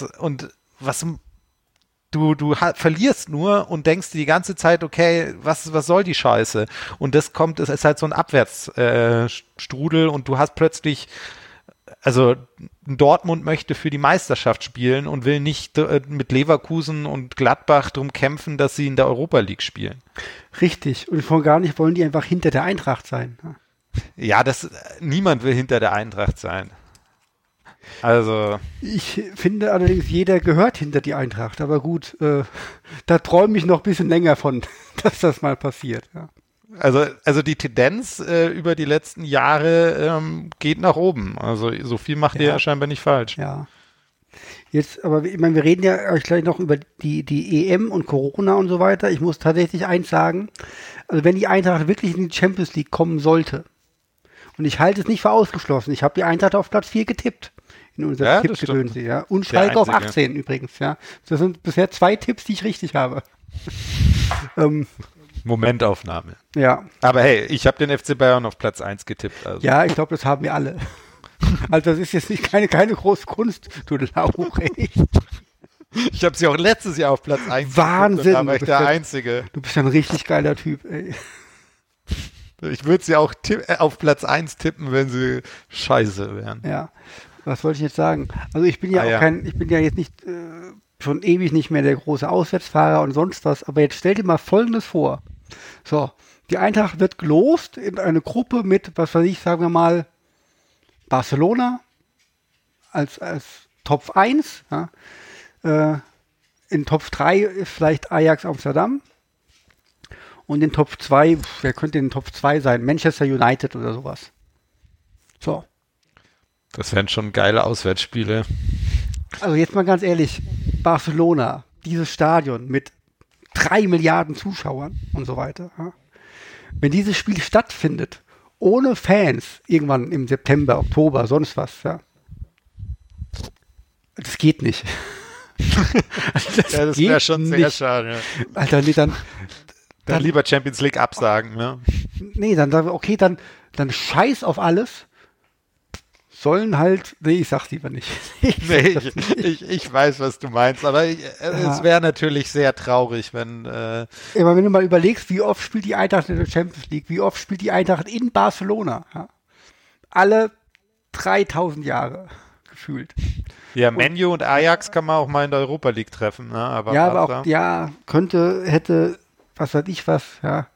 du verlierst nur und denkst dir die ganze Zeit, okay, was soll die Scheiße? Und es ist halt so ein Abwärtsstrudel und du hast plötzlich, also Dortmund möchte für die Meisterschaft spielen und will nicht mit Leverkusen und Gladbach drum kämpfen, dass sie in der Europa League spielen. Richtig. Und von gar nicht wollen die einfach hinter der Eintracht sein. Ja, niemand will hinter der Eintracht sein. Also. Ich finde allerdings, jeder gehört hinter die Eintracht. Aber gut, da träume ich noch ein bisschen länger von, dass das mal passiert. Ja. Also die Tendenz über die letzten Jahre geht nach oben. Also so viel macht ihr ja scheinbar nicht falsch. Ja. Jetzt, aber ich meine, wir reden ja gleich noch über die EM und Corona und so weiter. Ich muss tatsächlich eins sagen. Also wenn die Eintracht wirklich in die Champions League kommen sollte, und ich halte es nicht für ausgeschlossen, ich habe die Eintracht auf Platz 4 getippt. In unserer Tippgedönse, ja. Und Schalke auf 18 übrigens, ja. Das sind bisher 2 Tipps, die ich richtig habe. Momentaufnahme. Ja. Aber hey, ich habe den FC Bayern auf Platz 1 getippt. Also. Ja, ich glaube, das haben wir alle. Also das ist jetzt nicht keine große Kunst, du Lauch, ey. Ich habe sie auch letztes Jahr auf Platz 1 Wahnsinn. getippt, da war ich der Einzige. Du bist ja ein richtig geiler Typ, ey. Ich würde sie auch auf Platz 1 tippen, wenn sie scheiße wären. Ja, was wollte ich jetzt sagen? Also ich bin ja ich bin ja jetzt nicht schon ewig nicht mehr der große Auswärtsfahrer und sonst was, aber jetzt stell dir mal Folgendes vor. So, die Eintracht wird gelost in eine Gruppe mit, was weiß ich, sagen wir mal, Barcelona als Top 1. Ja. In Top 3 ist vielleicht Ajax Amsterdam. Und in Top 2, wer könnte in Top 2 sein? Manchester United oder sowas. So. Das wären schon geile Auswärtsspiele. Also jetzt mal ganz ehrlich, Barcelona, dieses Stadion mit 3 Milliarden Zuschauern und so weiter. Ja. Wenn dieses Spiel stattfindet, ohne Fans, irgendwann im September, Oktober, sonst was, ja. Das geht nicht. Das wäre schon sehr schade. Ja. Alter, nee, dann lieber Champions League absagen, ja. Nee, dann sagen wir, okay, dann scheiß auf alles. Sollen halt, nee, ich sag's lieber nicht. Ich weiß, was du meinst, aber es wäre natürlich sehr traurig, wenn... Aber wenn du mal überlegst, wie oft spielt die Eintracht in der Champions League, wie oft spielt die Eintracht in Barcelona? Ja? Alle 3000 Jahre gefühlt. Ja, Man U und Ajax kann man auch mal in der Europa League treffen. Ne? Aber auch, hätte, was weiß ich was, ja.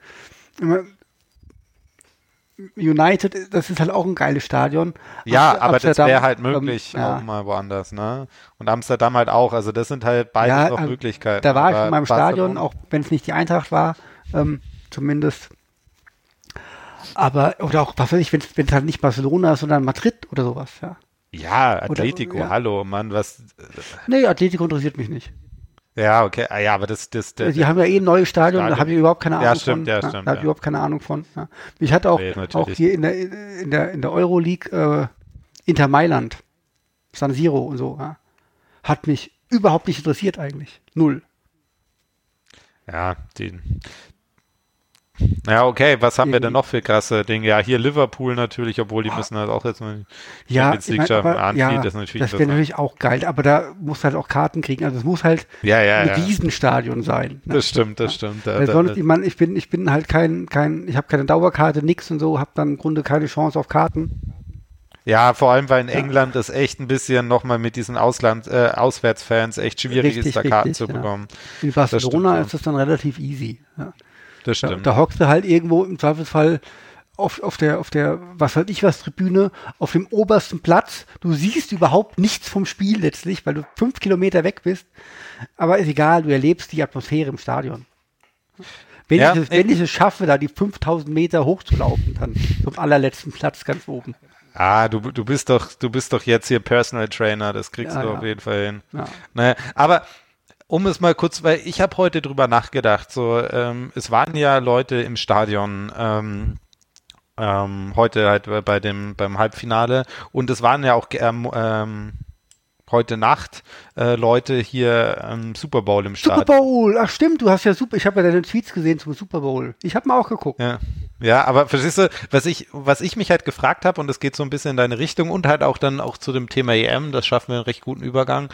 United, das ist halt auch ein geiles Stadion. Ja, aber das wäre halt möglich, auch mal woanders, ne? Und Amsterdam halt auch, also das sind halt beides noch Möglichkeiten. Da war ich in meinem Stadion, auch wenn es nicht die Eintracht war, zumindest. Aber, oder auch, was weiß ich, wenn es halt nicht Barcelona ist, sondern Madrid oder sowas, ja. Ja, Atletico, Oder, ja. hallo, Mann, was. Nee, Atletico interessiert mich nicht. Ja, okay, ja, aber Die haben ja eh ein neues Stadion, da habe ich überhaupt keine Ahnung von. Ja, Da stimmt. habe ich überhaupt keine Ahnung von. Ja. Ich hatte auch hier in der Euroleague Inter Mailand, San Siro und so, ja. Hat mich überhaupt nicht interessiert eigentlich. Null. Ja, ja, okay, was haben wir denn noch für krasse Dinge? Ja, hier Liverpool natürlich, obwohl die müssen halt auch jetzt mal Champions League schaffen. Anfield, das wäre natürlich auch geil, aber da musst du halt auch Karten kriegen. Also es muss halt ein Riesenstadion sein. Ne? Das stimmt. Ich bin halt ich habe keine Dauerkarte, nix und so, habe dann im Grunde keine Chance auf Karten. Ja, vor allem, weil in England es echt ein bisschen nochmal mit diesen Auswärtsfans echt schwierig ist, da Karten zu bekommen. In Barcelona ist das dann relativ easy. Ja. Das stimmt. Da hockst du halt irgendwo im Zweifelsfall auf der, was weiß ich was, Tribüne, auf dem obersten Platz. Du siehst überhaupt nichts vom Spiel letztlich, weil du 5 Kilometer weg bist. Aber ist egal, du erlebst die Atmosphäre im Stadion. Wenn ich es schaffe, da die 5000 Meter hochzulaufen, dann zum allerletzten Platz ganz oben. Du bist doch jetzt hier Personal Trainer, das kriegst du auf jeden Fall hin. Ja. Naja, aber um es mal kurz, weil ich habe heute drüber nachgedacht, so es waren ja Leute im Stadion heute halt beim Halbfinale und es waren ja auch heute Nacht Leute hier am Super Bowl im Stadion. Super Bowl, ach stimmt, ich habe ja deine Tweets gesehen zum Super Bowl. Ich habe mal auch geguckt. Ja, aber verstehst du, was ich mich halt gefragt habe, und es geht so ein bisschen in deine Richtung und halt auch dann auch zu dem Thema EM, das schaffen wir einen recht guten Übergang.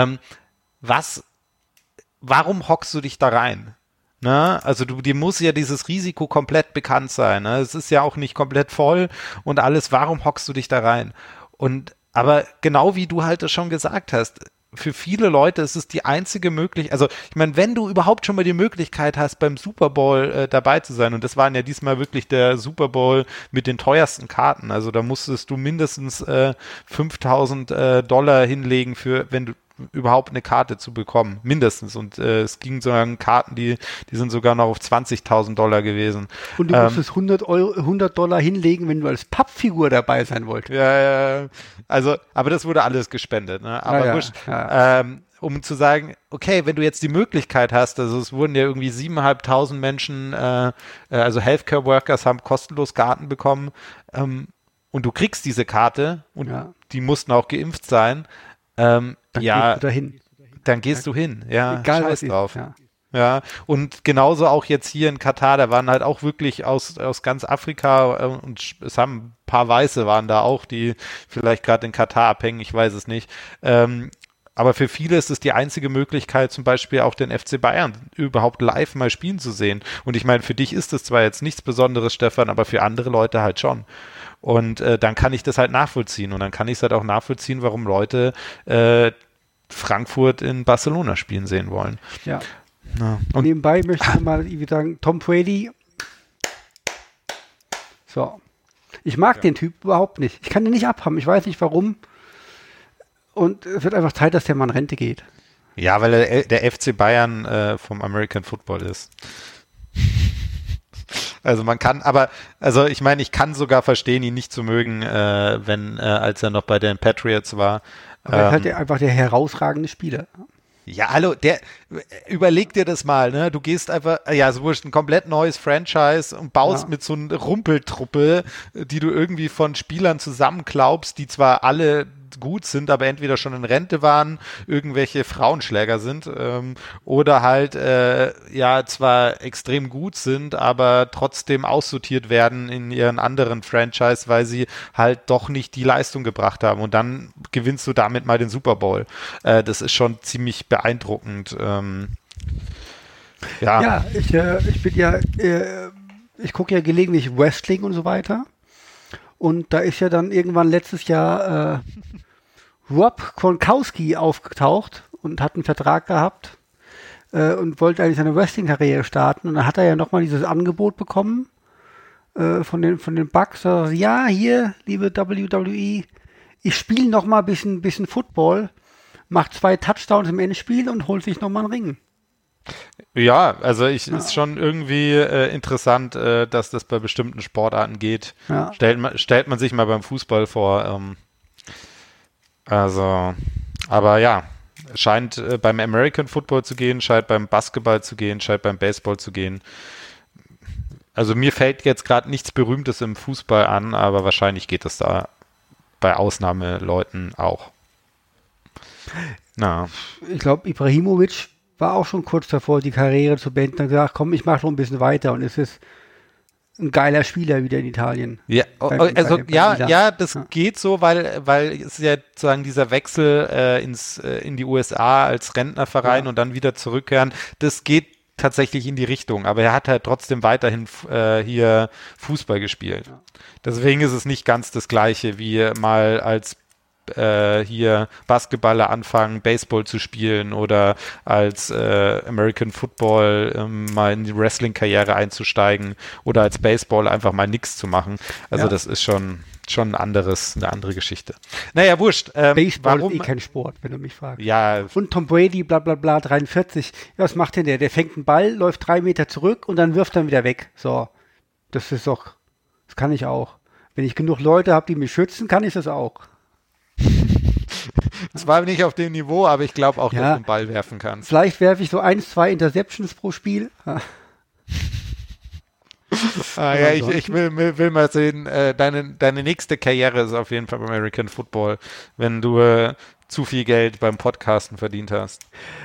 Warum hockst du dich da rein? Ne? Also dir muss ja dieses Risiko komplett bekannt sein. Ne? Es ist ja auch nicht komplett voll und alles. Warum hockst du dich da rein? Aber genau wie du halt das schon gesagt hast, für viele Leute ist es die einzige Möglichkeit, also ich meine, wenn du überhaupt schon mal die Möglichkeit hast, beim Super Bowl dabei zu sein, und das waren ja diesmal wirklich der Super Bowl mit den teuersten Karten, also da musstest du mindestens $5.000 hinlegen wenn du überhaupt eine Karte zu bekommen, mindestens. Und es ging sogar Karten, die sind sogar noch auf $20.000 gewesen. Und du musstest $100 hinlegen, wenn du als Pappfigur dabei sein wolltest. Ja, also, aber das wurde alles gespendet, ne? Aber wurscht. Um zu sagen, okay, wenn du jetzt die Möglichkeit hast, also es wurden ja irgendwie 7.500 Menschen, also Healthcare Workers haben kostenlos Karten bekommen, und du kriegst diese Karte und die mussten auch geimpft sein, dann gehst du dahin. Dann gehst du hin, ja, egal, scheiß drauf. Ja, und genauso auch jetzt hier in Katar, da waren halt auch wirklich aus ganz Afrika und es haben ein paar Weiße waren da auch, die vielleicht gerade in Katar abhängen, ich weiß es nicht. Aber für viele ist es die einzige Möglichkeit, zum Beispiel auch den FC Bayern überhaupt live mal spielen zu sehen. Und ich meine, für dich ist es zwar jetzt nichts Besonderes, Stefan, aber für andere Leute halt schon. Und dann kann ich das halt nachvollziehen. Und dann kann ich es halt auch nachvollziehen, warum Leute Frankfurt in Barcelona spielen sehen wollen. Ja. Und nebenbei möchte ich mal sagen, Tom Brady. So. Ich mag den Typ überhaupt nicht. Ich kann den nicht abhaben. Ich weiß nicht warum. Und es wird einfach Zeit, dass der mal in Rente geht. Ja, weil er der FC Bayern vom American Football ist. Also man kann, ich meine, ich kann sogar verstehen, ihn nicht zu mögen, als er noch bei den Patriots war. Aber er ist halt einfach der herausragende Spieler. Ja, hallo, überleg dir das mal, ne? Du gehst einfach, so wurscht, ein komplett neues Franchise und baust mit so einer Rumpeltruppe, die du irgendwie von Spielern zusammenklaubst, die zwar alle gut sind, aber entweder schon in Rente waren, irgendwelche Frauenschläger sind, oder halt zwar extrem gut sind, aber trotzdem aussortiert werden in ihren anderen Franchise, weil sie halt doch nicht die Leistung gebracht haben, und dann gewinnst du damit mal den Super Bowl. Das ist schon ziemlich beeindruckend. Ich gucke ja gelegentlich Wrestling und so weiter. Und da ist ja dann irgendwann letztes Jahr Rob Gronkowski aufgetaucht und hat einen Vertrag gehabt und wollte eigentlich seine Wrestling-Karriere starten. Und dann hat er ja nochmal dieses Angebot bekommen von den Bucks. Ja, hier, liebe WWE, ich spiele nochmal ein bisschen Football, macht 2 Touchdowns im Endspiel und holt sich nochmal einen Ring. Ja, also ist schon irgendwie interessant, dass das bei bestimmten Sportarten geht. Ja. Stellt man sich mal beim Fußball vor. Also, aber ja, scheint beim American Football zu gehen, scheint beim Basketball zu gehen, scheint beim Baseball zu gehen. Also mir fällt jetzt gerade nichts Berühmtes im Fußball an, aber wahrscheinlich geht es da bei Ausnahmeleuten auch. Na. Ich glaube, Ibrahimovic war auch schon kurz davor, die Karriere zu beenden und gesagt, komm, ich mache noch ein bisschen weiter und es ist ein geiler Spieler wieder in Italien. Ja, das geht so, weil es ja sozusagen dieser Wechsel in die USA als Rentnerverein und dann wieder zurückkehren, das geht tatsächlich in die Richtung, aber er hat halt trotzdem weiterhin hier Fußball gespielt. Ja. Deswegen ist es nicht ganz das Gleiche, wie mal als hier Basketballer anfangen, Baseball zu spielen oder als American Football mal in die Wrestling-Karriere einzusteigen oder als Baseball einfach mal nichts zu machen. Also das ist schon eine andere Geschichte. Naja, wurscht. Baseball ist kein Sport, wenn du mich fragst. Ja. Und Tom Brady, bla bla bla, 43. Ja, was macht denn der? Der fängt einen Ball, läuft 3 Meter zurück und dann wirft dann wieder weg. So, das kann ich auch. Wenn ich genug Leute habe, die mich schützen, kann ich das auch. Zwar nicht auf dem Niveau, aber ich glaube auch, dass du einen Ball werfen kannst. Vielleicht werfe ich so 1, 2 Interceptions pro Spiel. Ich will mal sehen, deine nächste Karriere ist auf jeden Fall beim American Football, wenn du zu viel Geld beim Podcasten verdient hast.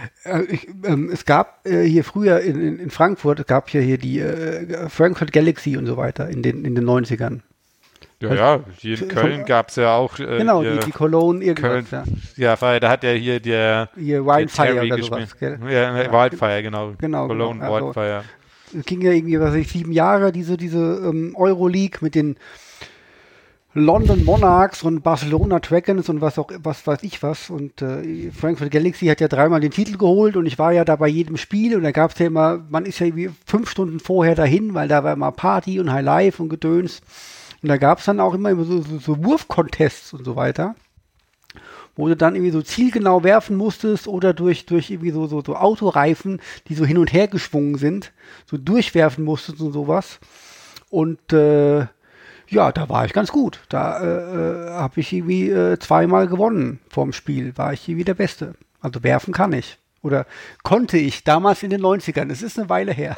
Es gab hier früher in Frankfurt, es gab hier die Frankfurt Galaxy und so weiter in den 90ern. Ja, hier in Köln gab es ja auch genau, die Cologne irgendwas. Köln, ja, da hat ja hier Wildfire oder sowas, gell? Ja, Wildfire, genau. Cologne Wildfire. Es ging ja irgendwie, 7 Jahre, diese Euroleague mit den London Monarchs und Barcelona Dragons und was weiß ich was. Und Frankfurt Galaxy hat ja 3-mal den Titel geholt und ich war ja da bei jedem Spiel und da gab es ja immer, man ist ja irgendwie 5 Stunden vorher dahin, weil da war immer Party und High Life und Gedöns. Und da gab es dann auch immer so Wurfcontests und so weiter, wo du dann irgendwie so zielgenau werfen musstest oder durch irgendwie so Autoreifen, die so hin und her geschwungen sind, so durchwerfen musstest und sowas. Und da war ich ganz gut. Da habe ich irgendwie 2-mal gewonnen vorm Spiel. War ich irgendwie der Beste. Also werfen kann ich. Oder konnte ich damals in den 90ern. Es ist eine Weile her.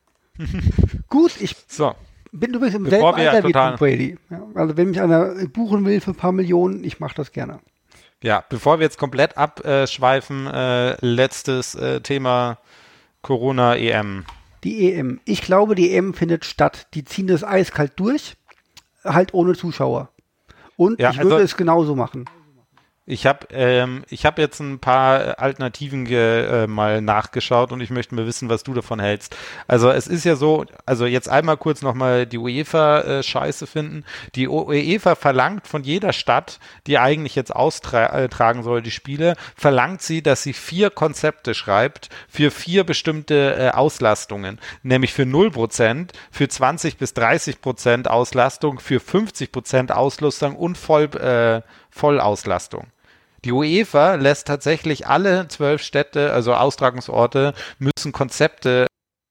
Gut, ich bin übrigens im selben Alter wie Tom Brady. Ja, also wenn mich einer buchen will für ein paar Millionen, ich mache das gerne. Ja, bevor wir jetzt komplett abschweifen, letztes Thema Corona-EM. Die EM. Ich glaube, die EM findet statt. Die ziehen das eiskalt durch, halt ohne Zuschauer. Und ich würde es genauso machen. Ich hab jetzt ein paar Alternativen mal nachgeschaut und ich möchte mal wissen, was du davon hältst. Also es ist ja so, also jetzt einmal kurz nochmal die UEFA Scheiße finden. Die UEFA verlangt von jeder Stadt, die eigentlich jetzt austragen soll, die Spiele, verlangt sie, dass sie 4 Konzepte schreibt für 4 bestimmte Auslastungen. Nämlich für 0%, für 20-30% Auslastung, für 50% Auslastung und Vollauslastung. Die UEFA lässt tatsächlich alle 12 Städte, also Austragungsorte, müssen Konzepte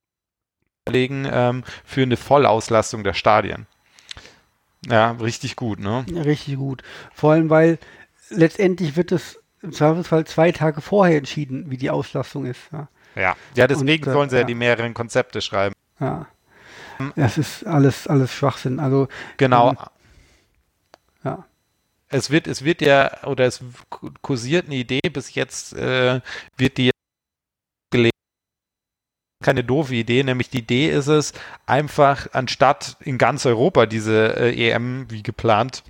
legen für eine Vollauslastung der Stadien. Ja, richtig gut, ne? Ja, richtig gut. Vor allem, weil letztendlich wird es im Zweifelsfall 2 Tage vorher entschieden, wie die Auslastung ist. Ja, deswegen sollen sie ja die mehreren Konzepte schreiben. Ja, das ist alles Schwachsinn. Also genau. Ja. Es kursiert eine Idee, bis jetzt wird die gelegt. Keine doofe Idee, nämlich die Idee ist es, einfach anstatt in ganz Europa diese EM wie geplant,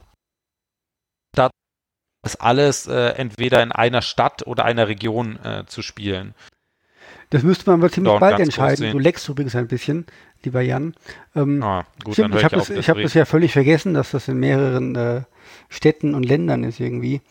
das alles entweder in einer Stadt oder einer Region zu spielen. Das müsste man aber ziemlich bald entscheiden. Du leckst übrigens ein bisschen, lieber Jan. Gut, stimmt, ich habe das ja völlig vergessen, dass das in mehreren Städten und Ländern ist irgendwie.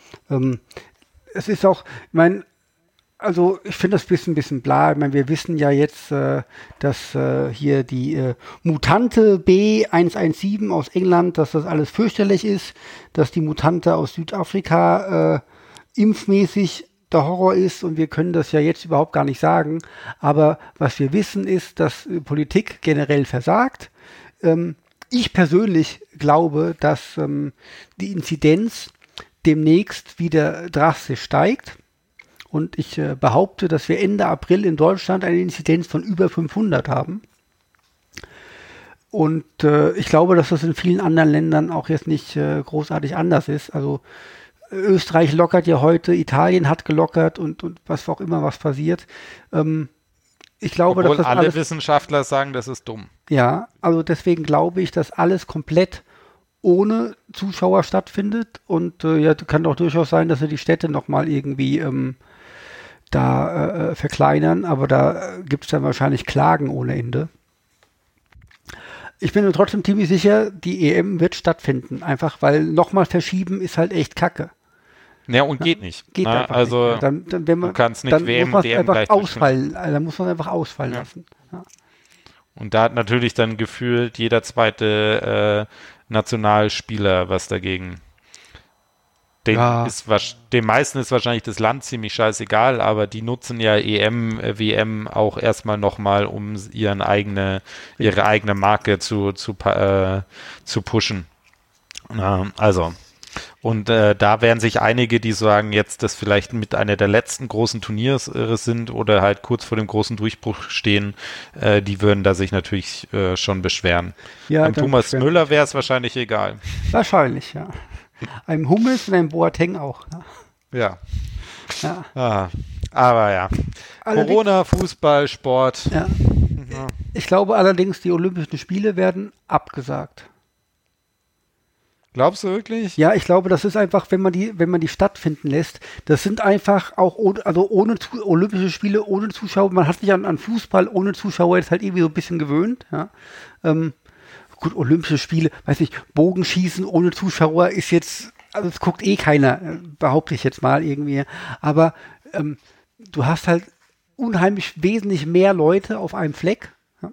Es ist auch, ich finde das ein bisschen bla. Ich meine, wir wissen ja jetzt, dass hier die Mutante B117 aus England, dass das alles fürchterlich ist, dass die Mutante aus Südafrika impfmäßig der Horror ist und wir können das ja jetzt überhaupt gar nicht sagen. Aber was wir wissen ist, dass Politik generell versagt. Ich persönlich glaube, dass die Inzidenz demnächst wieder drastisch steigt. Und ich behaupte, dass wir Ende April in Deutschland eine Inzidenz von über 500 haben. Und ich glaube, dass das in vielen anderen Ländern auch jetzt nicht großartig anders ist. Also Österreich lockert ja heute, Italien hat gelockert und was auch immer was passiert. Ich glaube, Obwohl dass das alle alles, Wissenschaftler sagen, das ist dumm. ja, also deswegen glaube ich, dass alles komplett ohne Zuschauer stattfindet und ja, kann auch durchaus sein, dass sie die Städte nochmal irgendwie verkleinern, aber da gibt es dann wahrscheinlich Klagen ohne Ende. Ich bin mir trotzdem ziemlich sicher, die EM wird stattfinden, einfach weil nochmal verschieben ist halt echt Kacke. Ja, und geht nicht. Geht Na, einfach also nicht. Dann, wenn man, du kannst nicht dann WM, muss man DM einfach gleich ausfallen. Dann muss man einfach ausfallen Ja. lassen. Ja. Und da hat natürlich dann gefühlt jeder zweite Nationalspieler was dagegen. Den meisten ist wahrscheinlich das Land ziemlich scheißegal, aber die nutzen ja EM, WM auch erstmal nochmal, um ihre eigene Marke zu pushen. Also, und da werden sich einige, die sagen, jetzt das vielleicht mit einer der letzten großen Turniere sind oder halt kurz vor dem großen Durchbruch stehen, die würden da sich natürlich schon beschweren. Ja, Beim Thomas Müller wäre es wahrscheinlich egal. Wahrscheinlich, ja. Einem Hummels und einem Boateng auch. Ja. Ja. Aber ja. Allerdings, Corona, Fußball, Sport. Ja. Ich glaube allerdings, die Olympischen Spiele werden abgesagt. Glaubst du wirklich? Ja, ich glaube, das ist einfach, wenn man die stattfinden lässt, das sind einfach auch, ohne Olympische Spiele ohne Zuschauer, man hat sich an Fußball ohne Zuschauer jetzt halt irgendwie so ein bisschen gewöhnt, ja. Gut, Olympische Spiele, weiß nicht, Bogenschießen ohne Zuschauer ist jetzt, also es guckt eh keiner, behaupte ich jetzt mal irgendwie, aber du hast halt unheimlich wesentlich mehr Leute auf einem Fleck. Ja.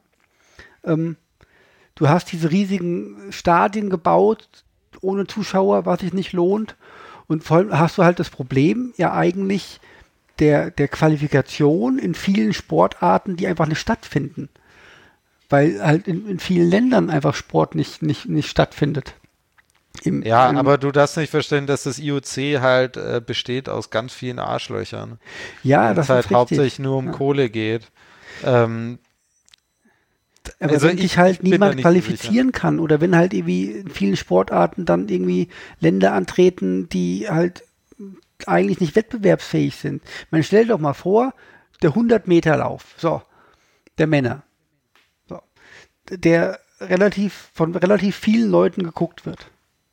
Du hast diese riesigen Stadien gebaut, ohne Zuschauer, was sich nicht lohnt. Und vor allem hast du halt das Problem, ja eigentlich der Qualifikation in vielen Sportarten, die einfach nicht stattfinden. Weil halt in vielen Ländern einfach Sport nicht stattfindet. Aber du darfst nicht verstehen, dass das IOC halt besteht aus ganz vielen Arschlöchern. Ja, das ist halt richtig. Hauptsächlich nur um Kohle geht. Aber wenn sich halt niemand qualifizieren kann oder wenn halt irgendwie in vielen Sportarten dann irgendwie Länder antreten, die halt eigentlich nicht wettbewerbsfähig sind. Man stellt doch mal vor, der 100-Meter-Lauf, so, der Männer, so, der von relativ vielen Leuten geguckt wird.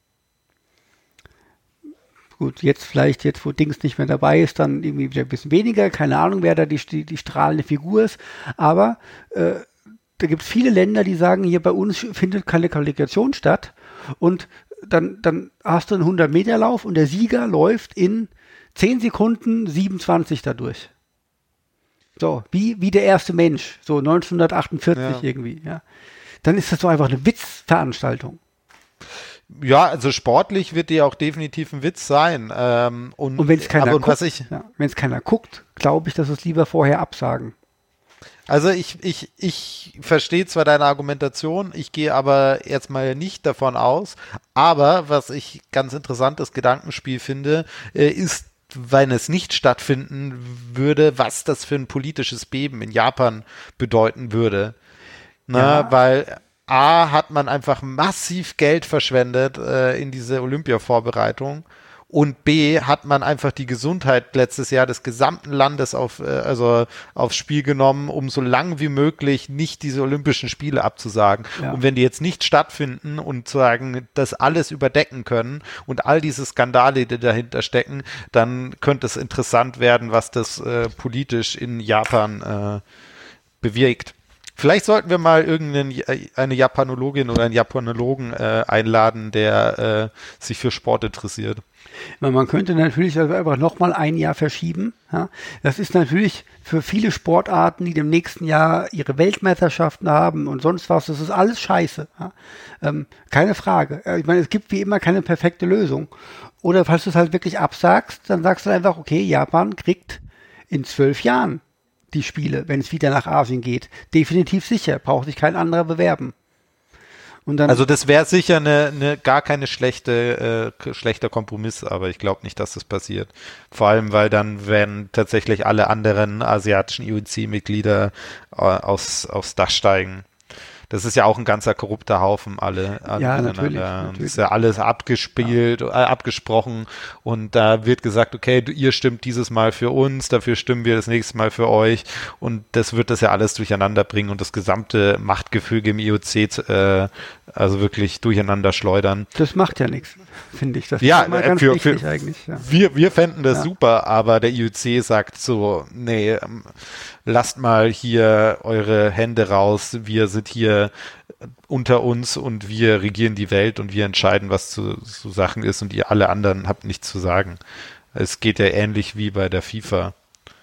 Gut, jetzt, wo Dings nicht mehr dabei ist, dann irgendwie wieder ein bisschen weniger, keine Ahnung, wer da die strahlende Figur ist, aber da gibt es viele Länder, die sagen, hier bei uns findet keine Qualifikation statt und dann hast du einen 100-Meter-Lauf und der Sieger läuft in 10 Sekunden 27 dadurch. So, wie der erste Mensch, so 1948 irgendwie, ja. Dann ist das so einfach eine Witzveranstaltung. Ja, also sportlich wird die auch definitiv ein Witz sein. Und wenn es keiner guckt, glaube ich, dass es lieber vorher absagen. Also ich verstehe zwar deine Argumentation, ich gehe aber jetzt mal nicht davon aus, aber was ich ganz interessantes Gedankenspiel finde, ist, wenn es nicht stattfinden würde, was das für ein politisches Beben in Japan bedeuten würde. Weil A, hat man einfach massiv Geld verschwendet in diese Olympia-Vorbereitung. Und B, hat man einfach die Gesundheit letztes Jahr des gesamten Landes aufs Spiel genommen, um so lang wie möglich nicht diese Olympischen Spiele abzusagen. Ja. Und wenn die jetzt nicht stattfinden und sagen, das alles überdecken können und all diese Skandale, die dahinter stecken, dann könnte es interessant werden, was das politisch in Japan bewirkt. Vielleicht sollten wir mal eine Japanologin oder einen Japanologen einladen, der sich für Sport interessiert. Man könnte natürlich also einfach nochmal ein Jahr verschieben. Ja. Das ist natürlich für viele Sportarten, die im nächsten Jahr ihre Weltmeisterschaften haben und sonst was, das ist alles scheiße. Ja. Keine Frage. Ich meine, es gibt wie immer keine perfekte Lösung. Oder falls du es halt wirklich absagst, dann sagst du einfach, okay, Japan kriegt in 12 Jahren die Spiele, wenn es wieder nach Asien geht. Definitiv sicher, braucht sich kein anderer bewerben. Und dann, also das wäre sicher gar keine schlechter Kompromiss, aber ich glaube nicht, dass das passiert. Vor allem, weil dann werden tatsächlich alle anderen asiatischen IOC-Mitglieder aufs Dach steigen. Das ist ja auch ein ganzer korrupter Haufen, alle ja, natürlich. Natürlich. Das ist ja alles abgesprochen und da wird gesagt, okay, ihr stimmt dieses Mal für uns, dafür stimmen wir das nächste Mal für euch und das wird das ja alles durcheinander bringen und das gesamte Machtgefüge im IOC also wirklich durcheinander schleudern. Das macht ja nichts, finde ich. Das ja, ist mal ganz wichtig eigentlich. Ja. Wir fänden das super, aber der IOC sagt so, nee, lasst mal hier eure Hände raus, wir sind hier unter uns und wir regieren die Welt und wir entscheiden, was zu Sachen ist und ihr alle anderen habt nichts zu sagen. Es geht ja ähnlich wie bei der FIFA.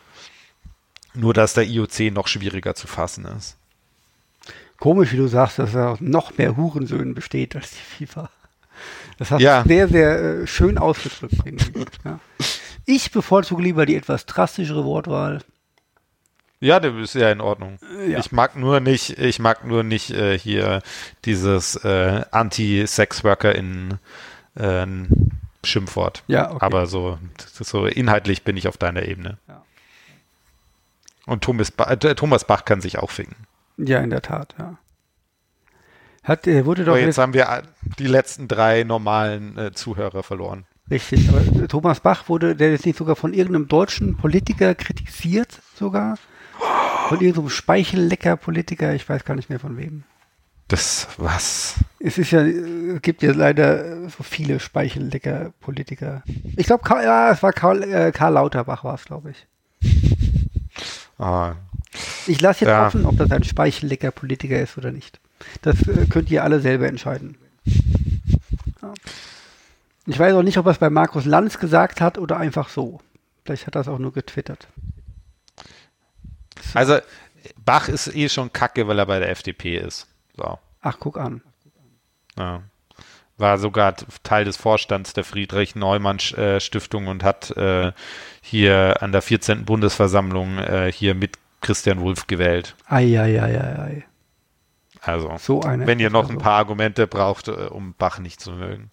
Nur, dass der IOC noch schwieriger zu fassen ist. Komisch, wie du sagst, dass er aus noch mehr Hurensöhnen besteht als die FIFA. Das hast ja. du sehr, sehr schön ausgedrückt. Ja. Ich bevorzuge lieber die etwas drastischere Wortwahl. Ja, das ist ja in Ordnung. Ja. Ich mag nur nicht hier dieses Anti-Sex-Worker in Schimpfwort. Ja, okay. Aber so inhaltlich bin ich auf deiner Ebene. Ja. Und Thomas Bach kann sich auch ficken. Ja, in der Tat, ja. Wurde doch aber jetzt haben wir die letzten 3 normalen Zuhörer verloren. Richtig, aber Thomas Bach der ist nicht sogar von irgendeinem deutschen Politiker kritisiert sogar? Von irgendeinem Speichellecker-Politiker, ich weiß gar nicht mehr von wem. Das was? Es gibt ja leider so viele Speichellecker-Politiker. Ich glaube, es war Karl Lauterbach war es, glaube ich. Ah. Ich lasse jetzt offen, ob das ein Speichellecker-Politiker ist oder nicht. Das könnt ihr alle selber entscheiden. Ja. Ich weiß auch nicht, ob er es bei Markus Lanz gesagt hat oder einfach so. Vielleicht hat er es auch nur getwittert. Also Bach ist schon kacke, weil er bei der FDP ist. So. Ach, guck an. Ja. War sogar Teil des Vorstands der Friedrich-Neumann-Stiftung und hat hier an der 14. Bundesversammlung hier mit Christian Wulff gewählt. Ei. Also, so wenn ihr noch ein paar Argumente braucht, um Bach nicht zu mögen.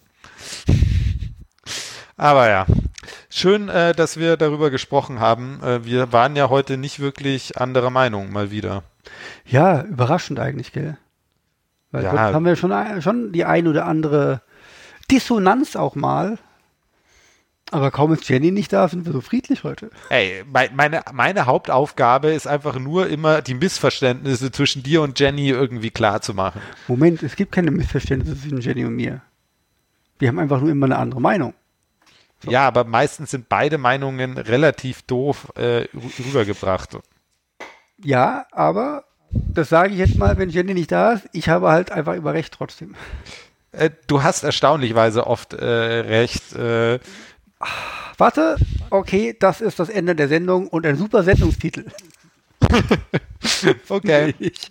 Aber ja, schön, dass wir darüber gesprochen haben. Wir waren ja heute nicht wirklich anderer Meinung, mal wieder. Ja, überraschend eigentlich, gell? Weil ja. Haben wir schon die ein oder andere Dissonanz auch mal. Aber kaum ist Jenny nicht da, sind wir so friedlich heute. Ey, meine Hauptaufgabe ist einfach nur immer die Missverständnisse zwischen dir und Jenny irgendwie klar zu machen. Moment, es gibt keine Missverständnisse zwischen Jenny und mir. Wir haben einfach nur immer eine andere Meinung. So. Ja, aber meistens sind beide Meinungen relativ doof rübergebracht. Ja, aber das sage ich jetzt mal, wenn Jenny nicht da ist, ich habe halt einfach immer recht trotzdem. Du hast erstaunlichweise oft recht. Warte, okay, das ist das Ende der Sendung und ein super Sendungstitel. Okay.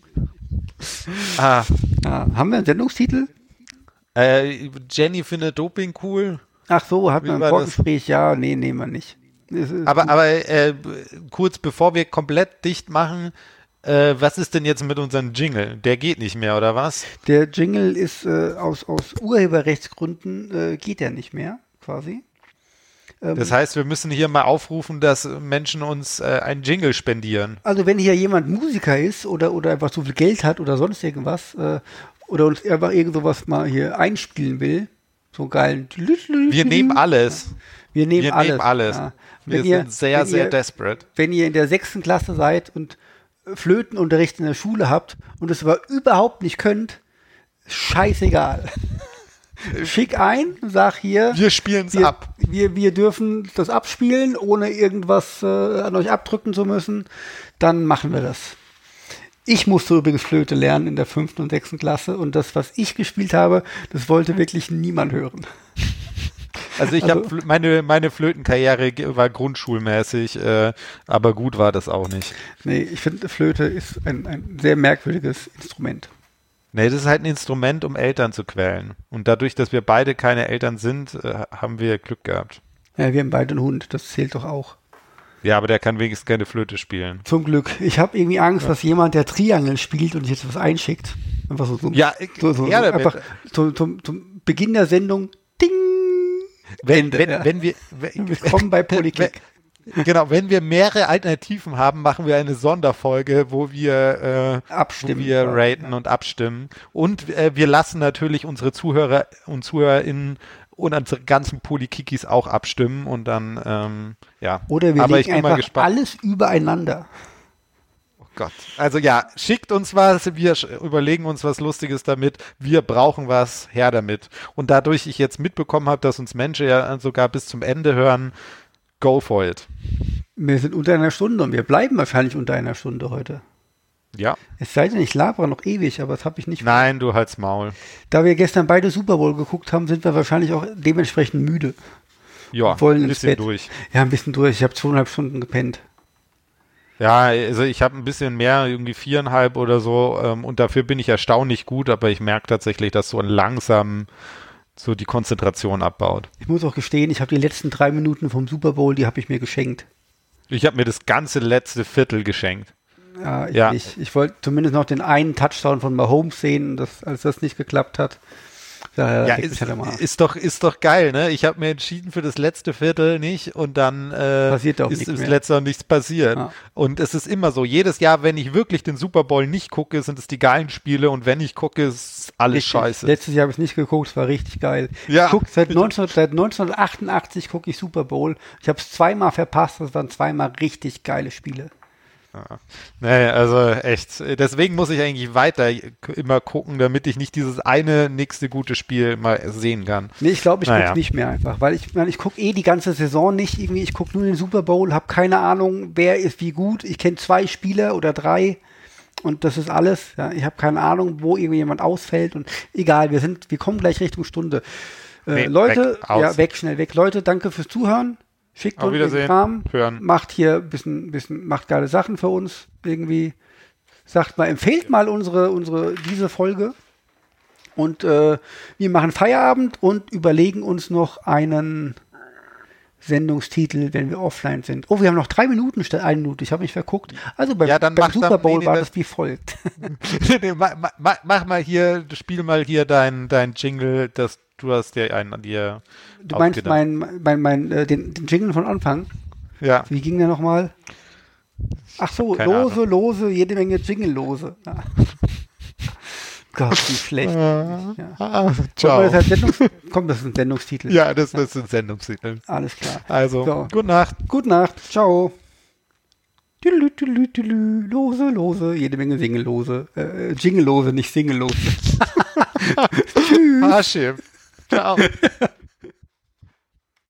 Haben wir einen Sendungstitel? Jenny findet Doping cool. Ach so, hatten wir ein Vorgespräch? Ja, nee, nehmen wir nicht. Aber kurz bevor wir komplett dicht machen, was ist denn jetzt mit unserem Jingle? Der geht nicht mehr, oder was? Der Jingle ist aus Urheberrechtsgründen geht der nicht mehr, quasi. Das heißt, wir müssen hier mal aufrufen, dass Menschen uns einen Jingle spendieren. Also wenn hier jemand Musiker ist oder einfach so viel Geld hat oder sonst irgendwas oder uns einfach irgend sowas mal hier einspielen will, so einen geilen... Wir nehmen alles. Wir nehmen alles. Ja. Wir sind sehr desperate. Wenn ihr in der 6. Klasse seid und Flötenunterricht in der Schule habt und es aber überhaupt nicht könnt, scheißegal. Schick ein, sag hier. Wir spielen es ab. Wir dürfen das abspielen, ohne irgendwas an euch abdrücken zu müssen. Dann machen wir das. Ich musste übrigens Flöte lernen in der 5. und 6. Klasse und das, was ich gespielt habe, das wollte wirklich niemand hören. Also habe meine Flötenkarriere war grundschulmäßig, aber gut war das auch nicht. Nee, ich finde, Flöte ist ein sehr merkwürdiges Instrument. Nee, das ist halt ein Instrument, um Eltern zu quälen. Und dadurch, dass wir beide keine Eltern sind, haben wir Glück gehabt. Ja, wir haben beide einen Hund, das zählt doch auch. Ja, aber der kann wenigstens keine Flöte spielen. Zum Glück. Ich habe irgendwie Angst, dass jemand, der Triangel spielt und jetzt was einschickt. Einfach so einfach zum Beginn der Sendung, ding, wenn wir willkommen bei Polykick. Genau, wenn wir mehrere Alternativen haben, machen wir eine Sonderfolge, wo wir raten und abstimmen. Und wir lassen natürlich unsere Zuhörer und ZuhörerInnen und unsere ganzen Polykikis auch abstimmen und dann, ja. Oder wir legen einfach alles übereinander. Oh Gott. Also ja, schickt uns was, wir überlegen uns was Lustiges damit, wir brauchen was, her damit. Und dadurch ich jetzt mitbekommen habe, dass uns Menschen ja sogar bis zum Ende hören, go for it. Wir sind unter einer Stunde und wir bleiben wahrscheinlich unter einer Stunde heute. Ja. Es sei denn, ich labere noch ewig, aber das habe ich nicht. Nein, du halt's Maul. Da wir gestern beide Super Bowl geguckt haben, sind wir wahrscheinlich auch dementsprechend müde. Ja, ein bisschen durch. Ja, ein bisschen durch. Ich habe 2,5 Stunden gepennt. Ja, also ich habe ein bisschen mehr, irgendwie 4,5 oder so und dafür bin ich erstaunlich gut, aber ich merke tatsächlich, dass so langsam so die Konzentration abbaut. Ich muss auch gestehen, ich habe die letzten 3 Minuten vom Super Bowl, die habe ich mir geschenkt. Ich habe mir das ganze letzte Viertel geschenkt. Ja, ich wollte zumindest noch den einen Touchdown von Mahomes sehen, als das nicht geklappt hat. Ist doch geil, ne? Ich habe mir entschieden für das letzte Viertel nicht und dann passiert auch ist das letzte nichts passiert. Ja. Und es ist immer so, jedes Jahr, wenn ich wirklich den Super Bowl nicht gucke, sind es die geilen Spiele und wenn ich gucke, ist alles scheiße. Letztes Jahr habe ich es nicht geguckt, es war richtig geil. Ja. Seit 1988 gucke ich Super Bowl. Ich habe es 2-mal verpasst, das waren 2-mal richtig geile Spiele. Ja. Nee, also echt. Deswegen muss ich eigentlich weiter immer gucken, damit ich nicht dieses eine nächste gute Spiel mal sehen kann. Nee, ich glaube, ich gucke nicht mehr einfach, weil ich gucke die ganze Saison nicht irgendwie. Ich gucke nur den Super Bowl, habe keine Ahnung, wer ist wie gut. Ich kenne 2 Spieler oder 3 und das ist alles. Ja, ich habe keine Ahnung, wo irgendjemand ausfällt und egal, wir kommen gleich Richtung Stunde. Leute, schnell weg. Leute, danke fürs Zuhören. Schickt uns den Kram, macht hier macht geile Sachen für uns irgendwie. Sagt mal, empfehlt mal diese Folge. Und wir machen Feierabend und überlegen uns noch einen Sendungstitel, wenn wir offline sind. Oh, wir haben noch 3 Minuten statt 1 Minute. Ich habe mich verguckt. Also beim Super Bowl war das wie folgt. Mach mal hier, spiel mal hier dein Jingle, du hast ja einen an dir. Du meinst den Jingle von Anfang? Ja. Wie ging der nochmal? Ach so, lose, jede Menge Jingle-Lose. Ja. Gott, wie schlecht. Ciao. Das ist ein Sendungstitel. Ja, das ist ein Sendungstitel. Alles klar. Also, so. Gute Nacht. Gute Nacht. Ciao. Lose, jede Menge Singellose. Jingle-Lose, nicht Singellose. Tschüss. Ciao.